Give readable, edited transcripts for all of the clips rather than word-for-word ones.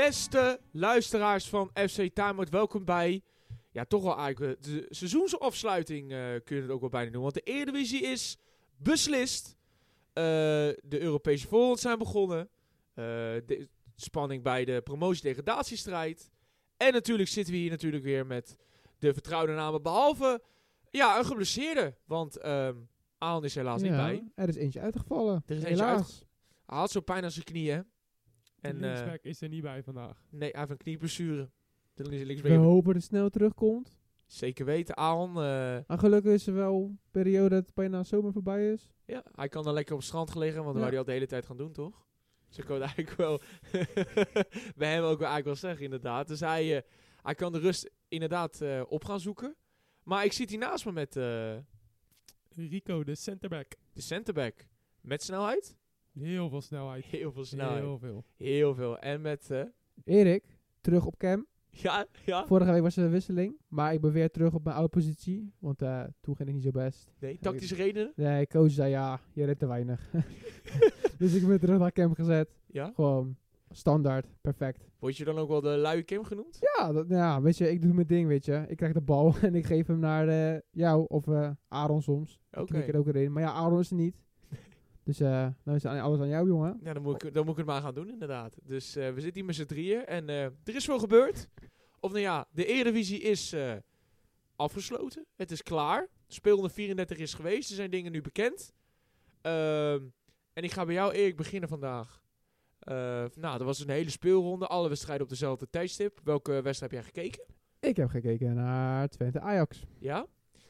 Beste luisteraars van FC Timeout, welkom bij, ja toch wel eigenlijk de seizoensafsluiting kun je het ook wel bijna doen. Want de Eredivisie is beslist. De Europese voorrondes zijn begonnen. De spanning bij de promotie-degradatiestrijd. En natuurlijk zitten we hier natuurlijk weer met de vertrouwde namen. Behalve, ja, een geblesseerde. Want Aaron is helaas niet bij. Er is eentje uitgevallen. Er is helaas. eentje Hij had zo pijn aan zijn knieën. En linksback is er niet bij vandaag. Nee, hij heeft een knieblessure. We hopen dat het snel terugkomt. Zeker weten, Aaron. Maar gelukkig is er wel een periode dat het bijna zomer voorbij is. Ja, hij kan dan lekker op het strand gelegen, want dat wou hij al de hele tijd gaan doen, toch? Dus ik kan het eigenlijk wel bij hem ook wel eigenlijk wel zeggen, inderdaad. Dus hij kan de rust inderdaad op gaan zoeken. Maar ik zit hier naast me met Rico, de centerback. de centerback. Met snelheid? Heel veel snelheid. Heel veel snelheid. Heel veel. Heel veel. En met... Erik, terug op cam. Ja. Vorige week was er een wisseling. Maar ik ben weer terug op mijn oude positie. Want toen ging het niet zo best. Nee, tactische redenen? Nee, coach zei ja, je redt te weinig. Dus ik ben terug naar cam gezet. Ja. Gewoon standaard, perfect. Word je dan ook wel de luie Kim genoemd? Ja, weet je, ik doe mijn ding, weet je. Ik krijg de bal en ik geef hem naar jou of Aaron soms. Oké. Ik knik er ook erin. Maar ja, Aaron is er niet. Dus nou is alles aan jou, jongen. Ja, dan moet ik het maar gaan doen, inderdaad. Dus we zitten hier met z'n drieën en er is veel gebeurd. Of nou ja, de Eredivisie is afgesloten. Het is klaar. Speelronde 34 is geweest. Er zijn dingen nu bekend. En ik ga bij jou, Erik, beginnen vandaag. Er was een hele speelronde. Alle wedstrijden op dezelfde tijdstip. Welke wedstrijd heb jij gekeken? Ik heb gekeken naar Twente Ajax. Ja?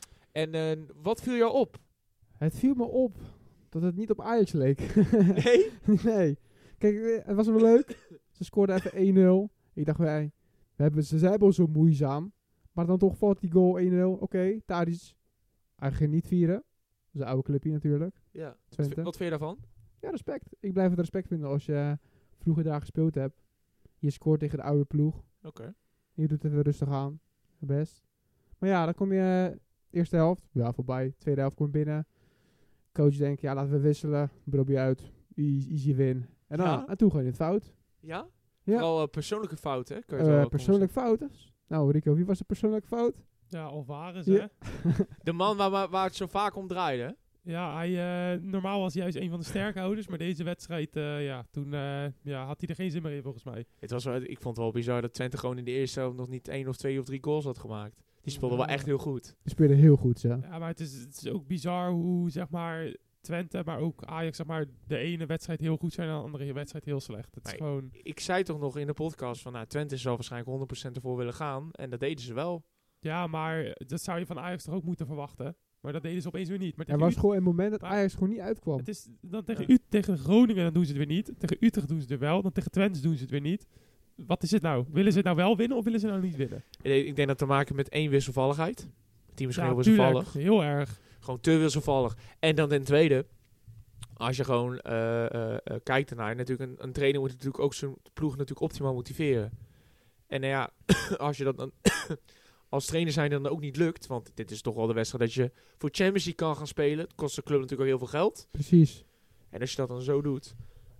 En wat viel jou op? Het viel me op dat het niet op Ajax leek. Nee? Nee. Kijk, het was wel leuk. Ze scoorden even 1-0. Ik dacht, ze zijn wel zo moeizaam. Maar dan toch valt die goal 1-0. Oké, Tadic. Hij ging niet vieren. Dat is een oude clubje natuurlijk. Ja. Twente. Wat vind je daarvan? Ja, respect. Ik blijf het respect vinden als je vroeger daar gespeeld hebt. Je scoort tegen de oude ploeg. Oké. Je doet het even rustig aan. Best. Maar ja, dan kom je eerste helft. Ja, voorbij. Tweede helft kom je binnen. Coach denkt, ja, laten we wisselen. Brobbie uit. Easy win. En toen ging het fout. Ja? Ja. Vooral persoonlijke fouten, hè? Kun je het wel Persoonlijk fouten. Nou, Rico, wie was de persoonlijke fout? Ja, Alvarez, Ja. hè? De man waar het zo vaak om draaide, hè? Ja, hij, normaal was hij juist een van de sterkhouders. Maar deze wedstrijd, toen had hij er geen zin meer in, volgens mij. Ik vond het wel bizar dat Twente gewoon in de eerste helft nog niet 1 of 2 of 3 goals had gemaakt. Die speelde wel echt heel goed. Die speelde heel goed, ja. Ja, maar het is ook bizar hoe, zeg maar, Twente, maar ook Ajax, zeg maar, de ene wedstrijd heel goed zijn en de andere wedstrijd heel slecht. Het is gewoon... Ik zei toch nog in de podcast van, Twente zal waarschijnlijk 100% ervoor willen gaan. En dat deden ze wel. Ja, maar dat zou je van Ajax toch ook moeten verwachten. Maar dat deden ze opeens weer niet. Maar Er was gewoon een moment dat Ajax gewoon niet uitkwam. Het is dan tegen Groningen dan doen ze het weer niet. Tegen Utrecht doen ze het wel. Dan tegen Twente doen ze het weer niet. Wat is het nou? Willen ze het nou wel winnen of willen ze het nou niet winnen? Ik denk dat te maken met 1 wisselvalligheid. Het team is gewoon heel tuurlijk, wisselvallig. heel erg. Gewoon te wisselvallig. En dan ten tweede, als je gewoon kijkt ernaar, natuurlijk een trainer moet natuurlijk ook zijn ploeg natuurlijk optimaal motiveren. En nou ja, als je dat dan als trainer zijn dan ook niet lukt, want dit is toch wel de wedstrijd dat je voor Champions League kan gaan spelen. Het kost de club natuurlijk ook heel veel geld. Precies. En als je dat dan zo doet,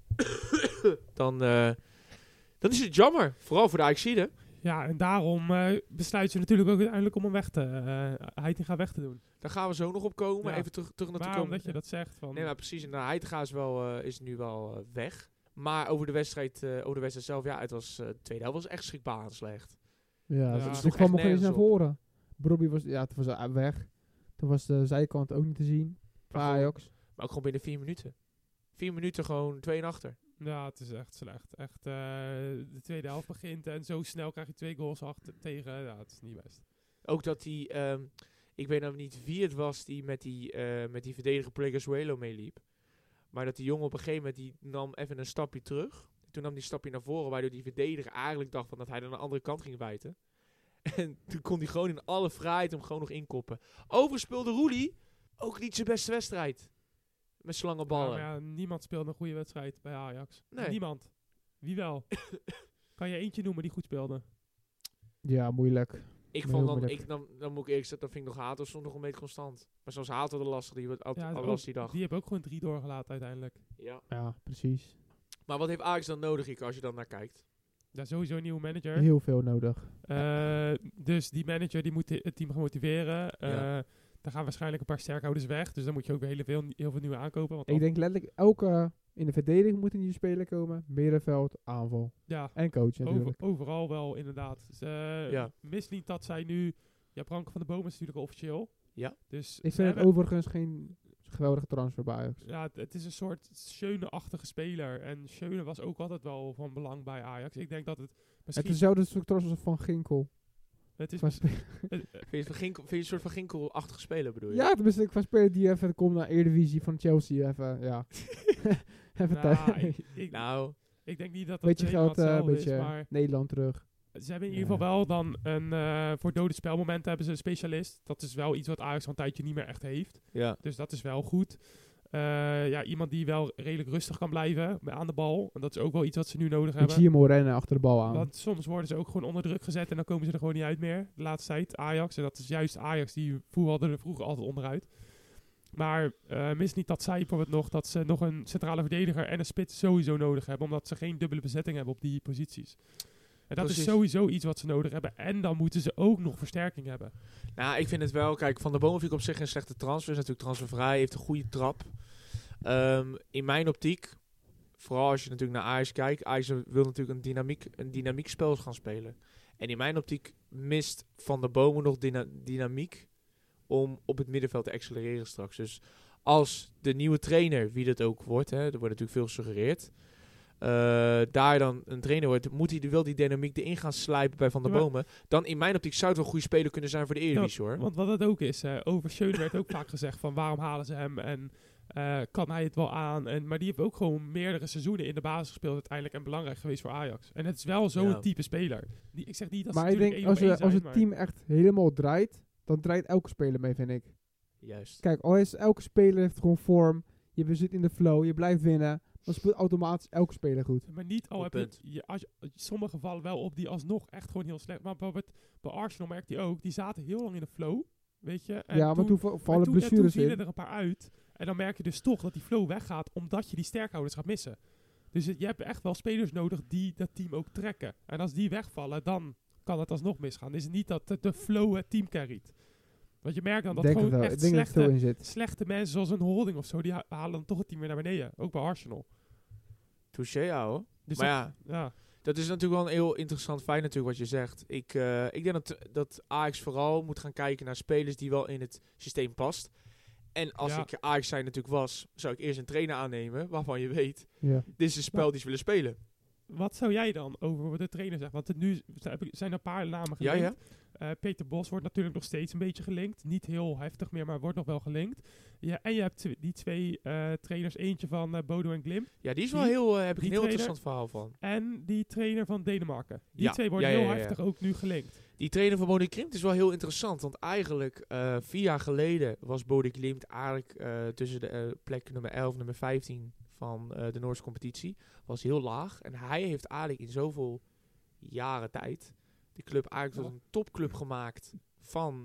dan is het jammer. Vooral voor de Ajaxiden. Ja, en daarom besluiten ze natuurlijk ook uiteindelijk om hem Heitinga weg te doen. Daar gaan we zo nog op komen. Maar Ja. even terug naar te Waarom komen. dat je dat zegt? Van, Nee, maar precies. En Heitinga is nu wel weg. Maar over de wedstrijd zelf, ja, het was de tweede helft was echt schrikbarend slecht. Ja, dat dat sloeg kwam echt nog eens naar nergens op. voren. Brobbie was, het was weg. Toen was de zijkant ook niet te zien. Van Maar gewoon- Ajax. Maar ook gewoon binnen 4 minuten. 4 minuten gewoon 2 en achter. Ja, het is echt slecht. Echt, de tweede helft begint en zo snel krijg je 2 goals achter tegen. Ja, het is niet best. Ook dat die, ik weet nou niet wie het was die met die verdediger Pleguezuelo meeliep. Maar dat die jongen op een gegeven moment, die nam even een stapje terug. Toen nam die stapje naar voren, waardoor die verdediger eigenlijk dacht van dat hij dan aan de andere kant ging bijten. En toen kon hij gewoon in alle vrijheid hem gewoon nog inkoppen. Overigens speelde Roelie ook niet zijn beste wedstrijd. Met zijn lange ballen. Ja, maar niemand speelde een goede wedstrijd bij Ajax. Nee. Niemand. Wie wel? Kan je eentje noemen die goed speelde? Ja, moeilijk. Ik heel vond moeilijk. dan moet ik eerlijk zeggen, dan vind ik nog Hato stond nog een beetje constant. Maar zoals Hato de lastig, die wordt Ja, al ook- lastig die dag. Die hebben ook gewoon 3 doorgelaten uiteindelijk. Ja. Ja, precies. Maar wat heeft Ajax dan nodig, Rico, als je dan naar kijkt? Ja, sowieso een nieuwe manager. Heel veel nodig. Dus die manager die moet het team gaan motiveren. Ja. Daar gaan waarschijnlijk een paar sterkhouders weg. Dus dan moet je ook weer heel veel nieuwe aankopen. Want Ik denk letterlijk in de verdediging moet een nieuwe speler komen. Middenveld, aanval. ja, En coach natuurlijk. overal wel inderdaad. Dus, Ja. mis niet dat zij nu... Ja, Branko van de Boom is natuurlijk al officieel. Ja. Dus Ik ze vind het hebben- overigens geen geweldige transfer bij Ajax. Ja, het is een soort Schöne-achtige speler. En Schöne was ook altijd wel van belang bij Ajax. Ik denk dat het Het misschien... is hetzelfde soort transfer van Ginkel. Het is Qua misschien- Vind je een soort van Ginkel-achtige speler, bedoel je? Ja, tenminste, qua speler die even komt naar Eredivisie van Chelsea. Even, ja. even Nou, tijd. Nou, ik denk niet dat dat Beetje helemaal geld, een hetzelfde beetje is, maar Nederland terug. ze hebben in ieder Ja. geval wel dan voor dode spelmomenten hebben ze een specialist. Dat is wel iets wat Ajax al een tijdje niet meer echt heeft. ja. Dus dat is wel goed. Iemand die wel redelijk rustig kan blijven aan de bal. En dat is ook wel iets wat ze nu nodig Ik hebben. zie hem al rennen achter de bal aan. Want soms worden ze ook gewoon onder druk gezet en dan komen ze er gewoon niet uit meer. De laatste tijd, Ajax. En dat is juist Ajax, die voetbalde er vroeger altijd onderuit. Maar mis niet dat zij bijvoorbeeld dat ze nog een centrale verdediger en een spits sowieso nodig hebben. Omdat ze geen dubbele bezetting hebben op die posities. En dat Precies. is sowieso iets wat ze nodig hebben. En dan moeten ze ook nog versterking hebben. Nou, ik vind het wel... Kijk, Van der Boom vind ik op zich een slechte transfer. Is natuurlijk transfervrij. Heeft een goede trap. In mijn optiek... Vooral als je natuurlijk naar Ajax kijkt. Ajax wil natuurlijk een dynamiek spel gaan spelen. En in mijn optiek mist Van der Bomen nog dynamiek... om op het middenveld te accelereren straks. Dus als de nieuwe trainer, wie dat ook wordt... Hè, er wordt natuurlijk veel gesuggereerd... daar dan een trainer wordt, moet hij wel die dynamiek erin gaan slijpen bij Van der Ja, maar- Bomen. Dan in mijn optiek zou het wel een goede speler kunnen zijn voor de Eredivisie, hoor. Want wat het ook is, over Schöne werd ook vaak gezegd van waarom halen ze hem en kan hij het wel aan. Maar die heeft ook gewoon meerdere seizoenen in de basis gespeeld uiteindelijk en belangrijk geweest voor Ajax. En het is wel zo'n Ja. type speler. Ik zeg niet dat Maar ze ik denk, natuurlijk één op één als zijn, het team echt helemaal draait, dan draait elke speler mee, vind ik. Juist. Kijk, elke speler heeft gewoon vorm. Je zit in de flow, je blijft winnen. Dan speelt automatisch elke speler goed. Maar niet al Goed heb punt. sommige vallen wel op die alsnog echt gewoon heel slecht. Maar bijvoorbeeld bij Arsenal merkte hij ook, die zaten heel lang in de flow, weet je. En Ja, maar toen vallen toen blessures vielen in. er een paar uit. En dan merk je dus toch dat die flow weggaat, omdat je die sterkhouders gaat missen. Dus je hebt echt wel spelers nodig die dat team ook trekken. En als die wegvallen, dan kan het alsnog misgaan. Is het niet dat de flow het team carryt. Want je merkt dan Ik dat denk het gewoon wel. echt Ik denk dat er veel in zit. slechte mensen zoals een Holding of zo, die halen dan toch het team weer naar beneden. Ook bij Arsenal. Touché, ouwe. Dus Maar dat- ja. Dat is natuurlijk wel een heel interessant feit natuurlijk wat je zegt. Ik denk dat Ajax vooral moet gaan kijken naar spelers die wel in het systeem past. En als Ja. ik Ajax zijn natuurlijk was, zou ik eerst een trainer aannemen waarvan je weet, Ja. dit is een spel die ze willen spelen. Wat zou jij dan over de trainer zeggen? Want nu zijn er een paar namen Ja, gelinkt. Peter Bos wordt natuurlijk nog steeds een beetje gelinkt. Niet heel heftig meer, maar wordt nog wel gelinkt. Ja, en je hebt die twee trainers. Eentje van Bodo en Glim. Ja, die is wel Die- heel, heb ik die een heel trainer- interessant verhaal van. En die trainer van Denemarken. Die Ja, twee worden ja, heel ja, ja. heftig ook nu gelinkt. Die trainer van Bodø Glimt is wel heel interessant. Want eigenlijk 4 jaar geleden was Bodø Glimt eigenlijk tussen de plek nummer 11 en nummer 15 van de Noorse competitie. Was heel laag. En hij heeft eigenlijk in zoveel jaren tijd de club eigenlijk tot een topclub gemaakt van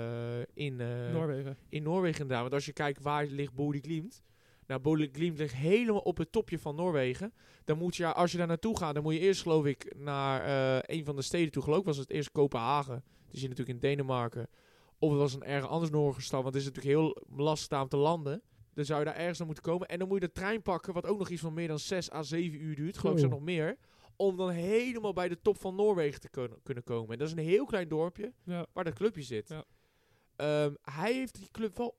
Noorwegen. in Noorwegen inderdaad. Want als je kijkt waar ligt Bodø Glimt. Nou, Bodø Glimt ligt helemaal op het topje van Noorwegen. Dan moet je, als je daar naartoe gaat, dan moet je eerst geloof ik naar een van de steden toe. Geloof ik was het eerst Kopenhagen. Dus je natuurlijk in Denemarken. Of het was een erg anders Noorse stad. Want het is natuurlijk heel lastig daar om te landen. Dan zou je daar ergens naar moeten komen. En dan moet je de trein pakken, wat ook nog iets van meer dan 6 à 7 uur duurt. Geloof ik zelfs nog meer. Om dan helemaal bij de top van Noorwegen te kunnen komen. En dat is een heel klein dorpje Ja. waar dat clubje zit. Ja. Hij heeft die club wel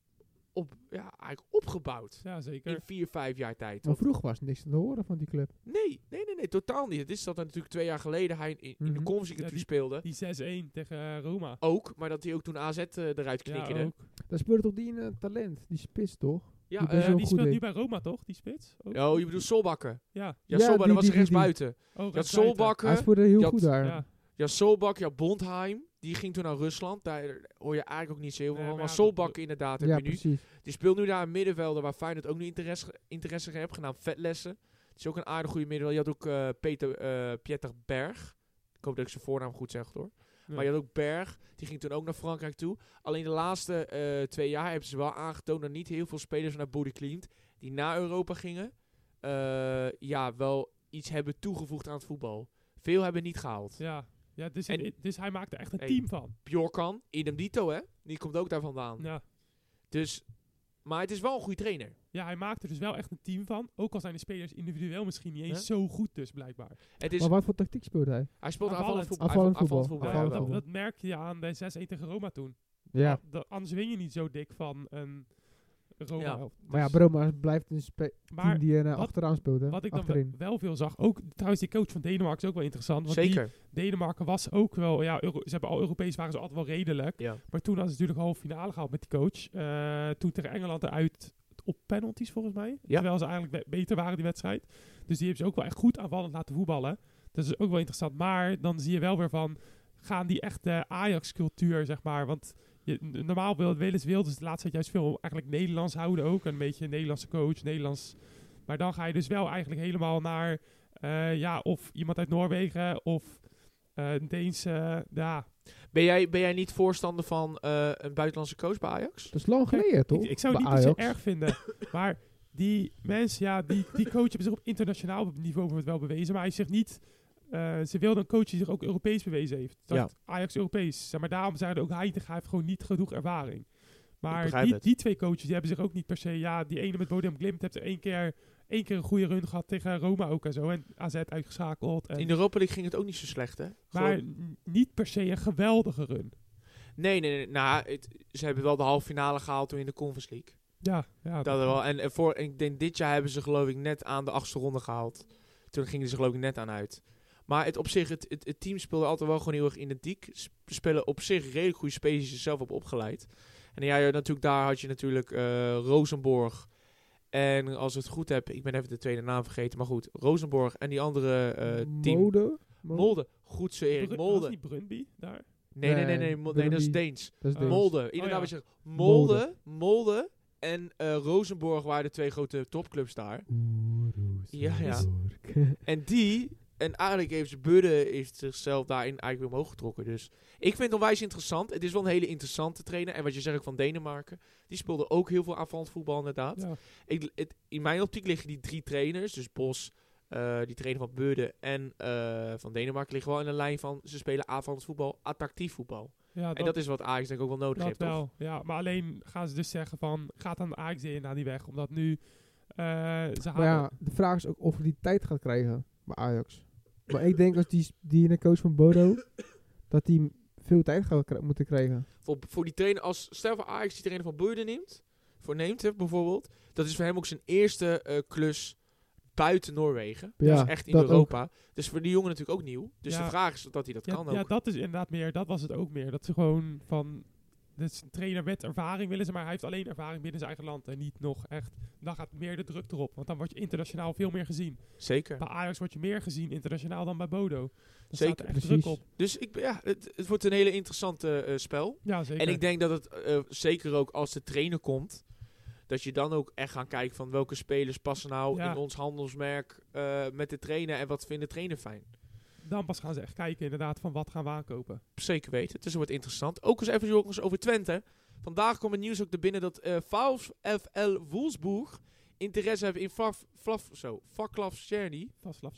eigenlijk opgebouwd. Ja, In zeker. 4-5 jaar tijd. Maar vroeger was er niks te horen van die club. Nee, totaal niet. Het is dat natuurlijk 2 jaar geleden hij in de Mhm. Conference League Ja, speelde. Die 6-1 tegen Roma. Ook, maar dat hij ook toen AZ eruit Ja, knikkerde. ook. Daar speelde toch die talent, die spits toch? Ja, Die best eh, wel Die goed speelt deed. nu bij Roma, toch? Die spits? Ook? oh, je bedoelt Solbakken. Ja. Ja, Ja, Solbakken, die- dat was die- rechts die- buiten. Oh, Je had rechtsbuiten. Solbakken, Hij speelde heel je goed had- daar. Ja. ja, Solbak, ja, Bondheim. Die ging toen naar Rusland. Daar hoor je eigenlijk ook niet zo heel veel Nee, van. maar Maar ja, Solbak inderdaad heb Ja, je nu. precies. Die speelt nu daar een middenvelder waar Feyenoord ook nu interesse in heeft. Genaamd Vetlessen. Het is ook een aardig goede middenvelder. Je had ook Pieter Berg. Ik hoop dat ik zijn voornaam goed zeg hoor. Ja. Maar je had ook Berg. Die ging toen ook naar Frankrijk toe. Alleen de laatste 2 jaar hebben ze wel aangetoond dat niet heel veel spelers naar Bodø Glimt die naar Europa gingen. Wel iets hebben toegevoegd aan het voetbal. Veel hebben niet gehaald. Ja, dus hij maakt er echt een Hey. team van. Bjorkan, idem dito, hè? Die komt ook daar vandaan. Ja. Dus, maar het is wel een goede trainer. Ja, hij maakt er dus wel echt een team van. Ook al zijn de spelers individueel misschien niet eens Ja. zo goed dus, blijkbaar. Het is, Maar wat voor tactiek speelt hij? hij speelt Aanvallend. aanvallend voetbal. Aanvallend voetbal. Ja, Aanvallend wel. voetbal. Dat merk je aan de 6-1 tegen Roma toen. Ja. Anders win je niet zo dik van een Roma. Ja. Maar ja, Broma blijft een team Maar die wat- achteraan speelt, hè? wat ik dan Achterin. wel veel zag, ook trouwens die coach van Denemarken is ook wel interessant. Want Zeker. Die Denemarken was ook wel, ze hebben al Europees waren ze altijd wel redelijk. Ja. Maar toen hadden ze natuurlijk halve finale gehaald met die coach. Toen tegen Engeland eruit op penalties volgens mij. Ja. Terwijl ze eigenlijk beter waren die wedstrijd. Dus die hebben ze ook wel echt goed aanvallend laten voetballen. Dat is ook wel interessant. Maar dan zie je wel weer van, gaan die echte Ajax-cultuur, zeg maar. Want normaal willen ze de laatste tijd juist veel eigenlijk Nederlands houden ook. Een beetje een Nederlandse coach, Nederlands. Maar dan ga je dus wel eigenlijk helemaal naar, of iemand uit Noorwegen of een Deense, Ben jij niet voorstander van een buitenlandse coach bij Ajax? Dat is lang geleden, toch? Ik zou het Bij niet per se Ajax. erg vinden. Maar die mensen, die coach hebben zich op internationaal niveau wel bewezen. Maar hij zegt niet, ze wilden een coach die zich ook Europees bewezen heeft. Dat Ajax Europees. Zeg maar daarom zeiden ook Heitinga heeft gewoon niet genoeg ervaring. Maar begrijp het. die twee coaches die hebben zich ook niet per se, die ene met Bodem Glimt heeft er één keer een goede run gehad tegen Roma ook en zo. En AZ uitgeschakeld. En In de Europa League ging het ook niet zo slecht, hè? maar Gewoon- niet per se een geweldige run. Nee. Nou, ze hebben wel de halve finale gehaald toen in de Conference League. Ja, Dat wel. En ik denk dit jaar hebben ze geloof ik net aan de 8e ronde gehaald. Toen gingen ze geloof ik net aan uit. Maar het team speelde altijd wel gewoon heel erg identiek. Ze spelen op zich redelijk goede spelers die ze zelf op opgeleid. En ja, daar had je natuurlijk Rosenborg. En als ik het goed heb, ik ben even de tweede naam vergeten. Maar goed, Rosenborg en die andere team. Molde. Goed zo, Erik. Was Molde. niet Brøndby daar? Nee, dat is Brøndby. Deens. Dat is Deens. Molde. Oh, Inderdaad, ja. wat je zegt. Molde. Molde en Rosenborg waren de twee grote topclubs daar. Ja. En eigenlijk heeft Budde zichzelf daarin eigenlijk weer omhoog getrokken. Dus ik vind het onwijs interessant. Het is wel een hele interessante trainer. En wat je zegt ook van Denemarken. Die speelde ook heel veel aanvallend voetbal inderdaad. Ja. In mijn optiek liggen die 3 trainers. Dus Bos, die trainer van Budde en van Denemarken liggen wel in de lijn van ze spelen aanvallend voetbal, attractief voetbal. Ja, En dat is wat Ajax denk ik ook wel nodig dat heeft, toch? wel. Ja, maar alleen gaan ze dus zeggen van, gaat aan de Ajax naar die weg. Omdat nu ze Maar halen... ja, de vraag is ook of hij die tijd gaat krijgen bij Ajax. Maar ik denk als die de coach van Bodo, dat hij veel tijd gaat moeten krijgen. Voor die trainer, als stel voor Ajax die trainer van Budde neemt bijvoorbeeld. Dat is voor hem ook zijn eerste klus buiten Noorwegen. Ja, Dat is echt in dat Europa. Dus voor die jongen natuurlijk ook nieuw. Dus Ja. de vraag is dat hij dat kan Ja, ook. dat is inderdaad meer. Dat was het ook meer. Dat ze gewoon van... Dus een trainer met ervaring willen ze, maar hij heeft alleen ervaring binnen zijn eigen land. En niet nog echt... Dan gaat meer de druk erop. Want dan word je internationaal veel meer gezien. Zeker. Bij Ajax word je meer gezien internationaal dan bij Bodo. Dan Zeker. staat er echt Precies. druk op. Dus het wordt een hele interessante spel. Ja, zeker. En ik denk dat het zeker ook als de trainer komt, dat je dan ook echt gaan kijken van welke spelers passen nou Ja. in ons handelsmerk met de trainer en wat vindt de trainer fijn. Dan pas gaan ze echt kijken inderdaad van wat gaan we aankopen. Zeker weten. Dus het wordt interessant. Ook eens even jongens over Twente. Vandaag komt het nieuws ook er binnen dat VfL Wolfsburg interesse hebben in Václav Černý.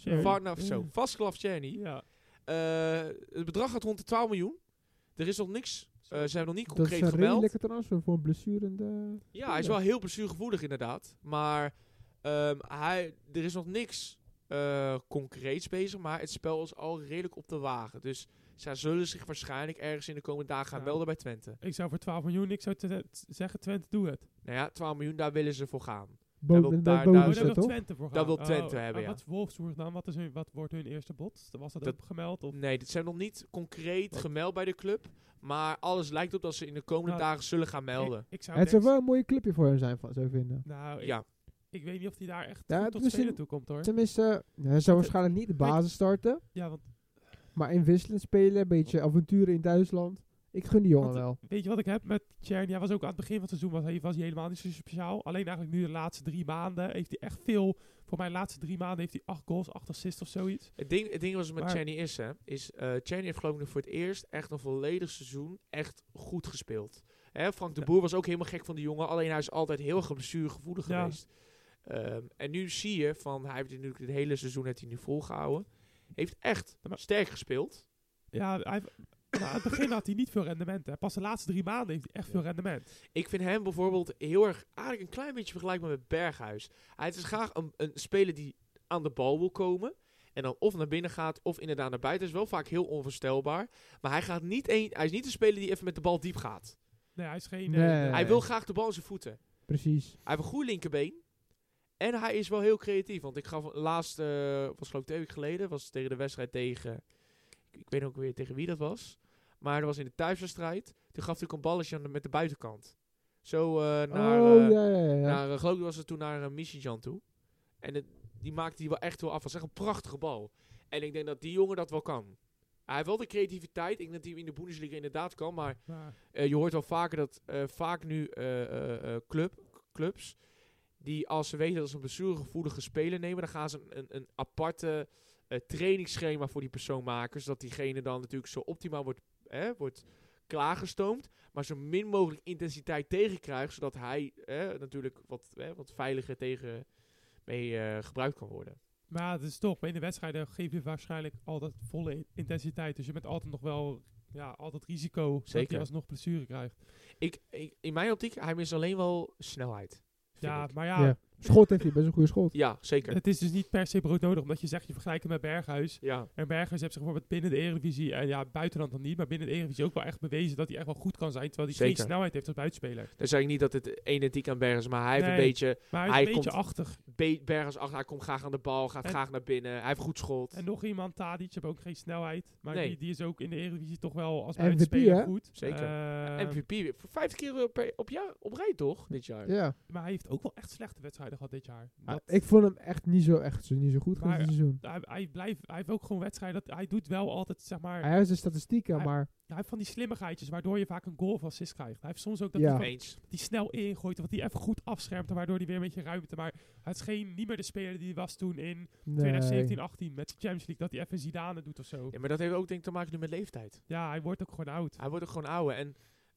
Václav Černý. Ja. Het bedrag gaat rond de 12 miljoen. Er is nog niks. Ze hebben nog niet Dat concreet is een gemeld. redelijke transfer voor een blessurende... Ja, hij is wel heel blessuregevoelig inderdaad. Maar er is nog niks concreets bezig. Maar het spel is al redelijk op de wagen. Dus zij zullen zich waarschijnlijk ergens in de komende dagen gaan Ja. melden bij Twente. Ik zou voor 12 miljoen, ik zou zeggen Twente, doe het. Nou ja, 12 miljoen, daar willen ze voor gaan. Boven daar boven Oh, is daar dat, wil toch? Twente voor gaan. Dat wil Twente hebben, maar ja. Wat is Wolfsburg dan? Wat wordt hun eerste bod? Was dat ook gemeld? Of? Nee, dit zijn nog niet concreet Wat? gemeld bij de club. Maar alles lijkt op dat ze in de komende Nou, dagen zullen gaan melden. Ik zou Het zou denk- wel een mooie clubje voor hem zijn, zou ik vinden. Nou, Ja, ik weet niet of hij daar echt Ja, goed tot misschien- spelen toe komt hoor. Tenminste, hij zou waarschijnlijk niet de basis starten. Ja, want Maar in wisselend spelen, een beetje avonturen in Duitsland. Ik gun die jongen Want, wel. weet je wat ik heb met Černý? Hij was ook aan het begin van het seizoen was hij helemaal niet zo speciaal. Alleen eigenlijk nu de laatste 3 maanden heeft hij echt veel. Voor mij de laatste 3 maanden heeft hij 8 goals, 8 assists of zoiets. het ding was met Maar- Černý is, Černý heeft geloof ik nog voor het eerst echt een volledig seizoen echt goed gespeeld. Hè, Frank de Ja. Boer was ook helemaal gek van die jongen. Alleen hij is altijd heel erg blessuregevoelig Ja. geweest. En nu zie je van, hij heeft natuurlijk het hele seizoen heeft hij nu volgehouden. heeft echt sterk gespeeld. Ja, aan het begin had hij niet veel rendement. Hè. Pas de laatste 3 maanden heeft hij echt veel rendement. Ik vind hem bijvoorbeeld heel erg, eigenlijk een klein beetje vergelijkbaar met Berghuis. Hij is graag een speler die aan de bal wil komen. En dan of naar binnen gaat of inderdaad naar buiten. Dat is wel vaak heel onvoorstelbaar. Maar hij is niet een speler die even met de bal diep gaat. Nee, hij is geen... Nee. Hij wil graag de bal in zijn voeten. Precies. Hij heeft een goed linkerbeen. En hij is wel heel creatief. Want ik gaf laatst, was geloof ik 2 weken geleden, was tegen de wedstrijd tegen... Ik weet ook weer tegen wie dat was. Maar dat was in de thuiswedstrijd. Toen gaf hij ook een balletje met de buitenkant. Zo naar, geloof ik was het toen naar Michijan toe. En die maakte hij wel echt wel af. Dat was echt een prachtige bal. En ik denk dat die jongen dat wel kan. Hij heeft wel de creativiteit. Ik denk dat hij in de Bundesliga inderdaad kan. Maar je hoort wel vaker dat vaak nu clubs... die als ze weten dat ze een blessuregevoelige speler nemen... dan gaan ze een aparte trainingsschema voor die persoon maken. Zodat diegene dan natuurlijk zo optimaal wordt klaargestoomd. Maar zo min mogelijk intensiteit tegenkrijgt. Zodat hij natuurlijk wat veiliger tegen mee gebruikt kan worden. Maar het is toch, in de wedstrijden geef je waarschijnlijk altijd volle intensiteit. Dus je bent altijd nog wel, altijd risico dat je alsnog blessure krijgt. In mijn optiek, hij mist alleen wel snelheid. Ja, maar Ja. Schot heeft hij, best een goede schot. Ja, zeker. Het is dus niet per se broodnodig, omdat je zegt, je vergelijkt het met Berghuis. Ja. En Berghuis heeft zich bijvoorbeeld binnen de Eredivisie, en buitenland dan niet, maar binnen de Eredivisie ook wel echt bewezen dat hij echt wel goed kan zijn, terwijl hij geen snelheid heeft als buitenspeler. Dan zeg ik niet dat het identiek aan Berghuis is, maar hij heeft een beetje... Maar hij is een beetje achtig. Berghuis achter, hij komt graag aan de bal, gaat graag naar binnen, hij heeft goed schot. En nog iemand, Tadic, heeft ook geen snelheid, maar Nee. die is ook in de Eredivisie toch wel als MVP, buitenspeler hè? goed. Zeker. MVP, voor 50 keer op rij toch, dit jaar? Ja. Maar hij heeft ook wel echt slechte wedstrijden gehad dit jaar. Ik vond hem echt niet zo goed Maar- dit seizoen. Hij heeft ook gewoon wedstrijden, hij doet wel altijd, zeg maar... Hij heeft de statistieken, Hij- maar... Hij heeft van die slimmigheidjes, waardoor je vaak een goal of assist krijgt. Hij heeft soms ook dat Ja. hij Eens. die snel ingooit, of dat hij even goed afschermt, en waardoor hij weer een beetje ruimte... Maar het is niet meer de speler die hij was toen in 2017, 18 met de Champions League, dat hij even Zidane doet of zo. Ja, maar dat heeft ook denk ik te maken nu met leeftijd. Ja, hij wordt ook gewoon oud. Hij wordt ook gewoon ouder en...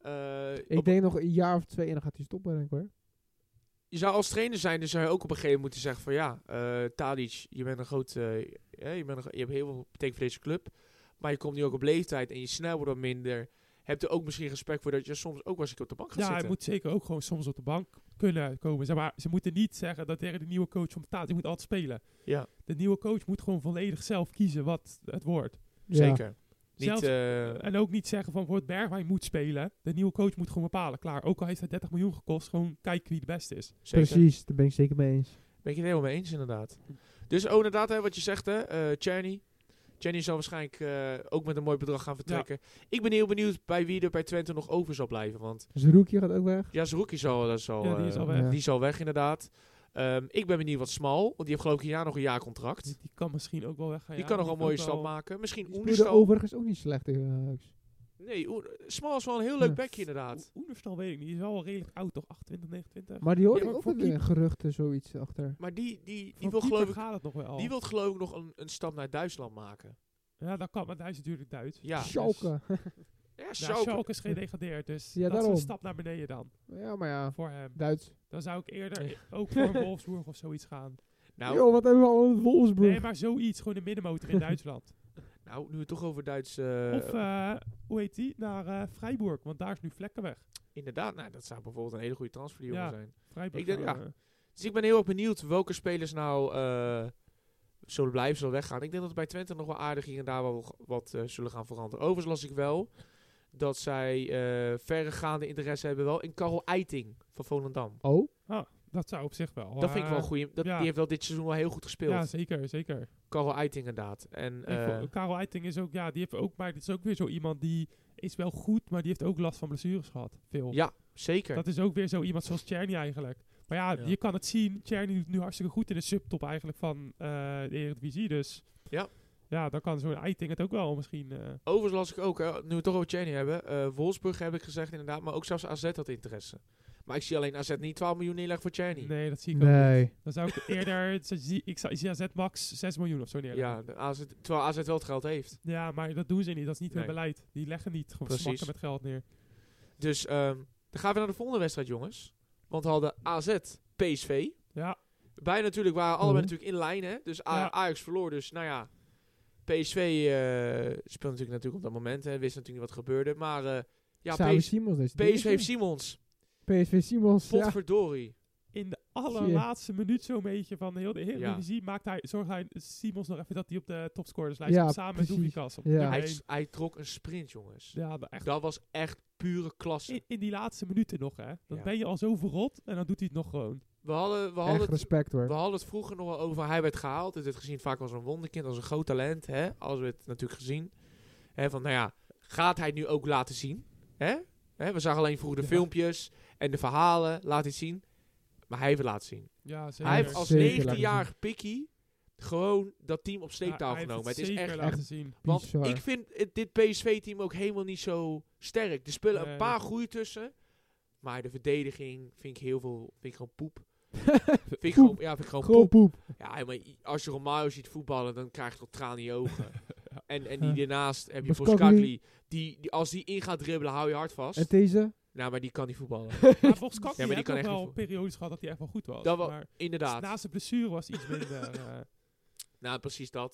Ik denk nog een jaar of 2 en dan gaat hij stoppen, denk ik hoor. Je zou als trainer zijn, dus zou je ook op een gegeven moment moeten zeggen van Tadic, je bent een groot, je hebt heel veel betekend voor deze club, maar je komt nu ook op leeftijd en je snel wordt wat minder. Heb er ook misschien respect voor dat je soms ook wel eens op de bank gaat zitten. Hij moet zeker ook gewoon soms op de bank kunnen komen. Zeg maar, ze moeten niet zeggen dat tegen de nieuwe coach van Tadic moet altijd spelen. Ja, De nieuwe coach moet gewoon volledig zelf kiezen wat het wordt. zeker. Zelfs- Niet, En ook niet zeggen van wordt Bergwijn moet spelen. De nieuwe coach moet gewoon bepalen. Klaar, ook al heeft hij 30 miljoen gekost, gewoon kijken wie de beste is. zeker. Precies, daar ben ik zeker mee eens. Ben ik het helemaal mee eens inderdaad. Dus inderdaad, wat je zegt, Czerny. Czerny zal waarschijnlijk ook met een mooi bedrag gaan vertrekken. Ik ben heel benieuwd bij wie er bij Twente nog over zal blijven. Want Zerouki gaat ook weg. ja, Zerouki die is al weg. Ja. Die is al weg inderdaad. Ik ben benieuwd wat Smal, want die heeft geloof ik hierna nog een jaarcontract. Die kan misschien ook wel weggaan. Die ja. kan nog wel een mooie heeft stap ook wel- maken. Misschien Die speelde Oenerstal. overigens ook niet slecht tegen Ajax. Nee, Smal is wel een heel leuk Ja. bekje inderdaad. Oenerstal weet ik niet. Die is wel redelijk oud toch? 28, 29? Maar die hoorde Ja, ik maar ook voor wel weer keeper- geruchten zoiets achter. Maar die Voor wil keeper geloof ik, gaat het nog wel. die wil geloof ik nog een stap naar Duitsland maken. Ja, dat kan. Maar hij is natuurlijk Duits. Ja, Schalke. ja, Ja, Schalke. Schalke is gedegradeerd. Dus Ja, dat is daarom. een stap naar beneden dan. Ja, maar ja, Voor hem. Duits. Dan zou ik eerder ook voor een Wolfsburg of zoiets gaan. Nou, Yo, wat hebben we al in Wolfsburg? Nee, maar zoiets. Gewoon de middenmotor in Duitsland. nu we het toch over Duits... Of, hoe heet die? Naar Freiburg. Want daar is nu Vlekken weg. inderdaad, dat zou bijvoorbeeld een hele goede transfer die Ja. jongen zijn. Freiburg. Ik denk, Dus ik ben heel erg benieuwd welke spelers nou zullen blijven, zullen weggaan. Ik denk dat bij Twente nog wel aardig hier en daar wel wat zullen gaan veranderen. Overigens las ik wel dat zij verregaande interesse hebben wel in Karel Eiting van Volendam. Oh? Dat zou op zich wel. Dat vind ik wel een goeie. ja. Die heeft wel dit seizoen wel heel goed gespeeld. Ja, zeker, zeker. Karel Eiting inderdaad. En Karel Eiting is ook, die heeft ook, maar dit is ook weer zo iemand die is wel goed, maar die heeft ook last van blessures gehad. Veel. ja, zeker. Dat is ook weer zo iemand zoals Czerny eigenlijk. Maar ja, Ja. je kan het zien. Czerny doet nu hartstikke goed in de subtop eigenlijk van de Eredivisie. Dus Ja. Ja, dan kan zo'n Eiting het ook wel misschien. Overigens las ik ook, nu we het toch over Czerny hebben. Wolfsburg heb ik gezegd inderdaad, maar ook zelfs AZ had interesse. Maar ik zie alleen AZ niet 12 miljoen neerleggen voor Czerny. Nee, dat zie ik ook niet. Nee. Dan zou ik eerder, ik zie AZ max 6 miljoen of zo neerleggen. Ja, terwijl AZ wel het geld heeft. Ja, maar dat doen ze niet. Dat is niet hun Nee. beleid. Die leggen niet gewoon Precies. smakken met geld neer. Dus dan gaan we naar de volgende wedstrijd, jongens. Want we hadden AZ, PSV. Ja, Beide natuurlijk waren allebei Mhm. natuurlijk in lijn, hè. Dus Ja. Ajax verloor, dus nou ja. PSV speelt natuurlijk op dat moment. Hè. Wist natuurlijk niet wat gebeurde. Maar Xavi Simons deze PSV heeft Simons. PSV Simons, ja. Potverdorie. In de allerlaatste minuut zo'n beetje van heel de Eredivisie zorgt hij Simons nog even dat hij op de topscorerslijst komt. Samen met Doevikas. Hij trok een sprint, jongens. Ja, dat was echt pure klasse. In die laatste minuten nog, hè. Dan ben je al zo verrot en dan doet hij het nog gewoon. We hadden echt respect, hoor. We hadden het vroeger nog wel over. Hij werd gehaald. Het werd gezien vaak als een wonderkind, als een groot talent. Hè? Als we het natuurlijk gezien. Hè? Van, gaat hij het nu ook laten zien? Hè? We zagen alleen vroeger de filmpjes en de verhalen. Laat het zien. Maar hij heeft het laten zien. Ja, zeker. Hij heeft als 19-jarige pikkie gewoon dat team op sleeptouw genomen. Het is echt laten zien. Want ik vind dit PSV-team ook helemaal niet zo sterk. Er spelen een paar goeie tussen. Maar de verdediging vind ik gewoon poep. vind ik gewoon poep. Ja, maar als je Romario ziet voetballen, dan krijg je toch tranen in je ogen. En die daarnaast heb je Boskakli. Die als die in gaat dribbelen, hou je hard vast. En deze? Nou, maar die kan niet voetballen. Maar Boskakli die kan echt wel periodes gehad dat hij echt wel goed was. Maar inderdaad. Naast de blessure was hij iets minder. Nou, precies dat.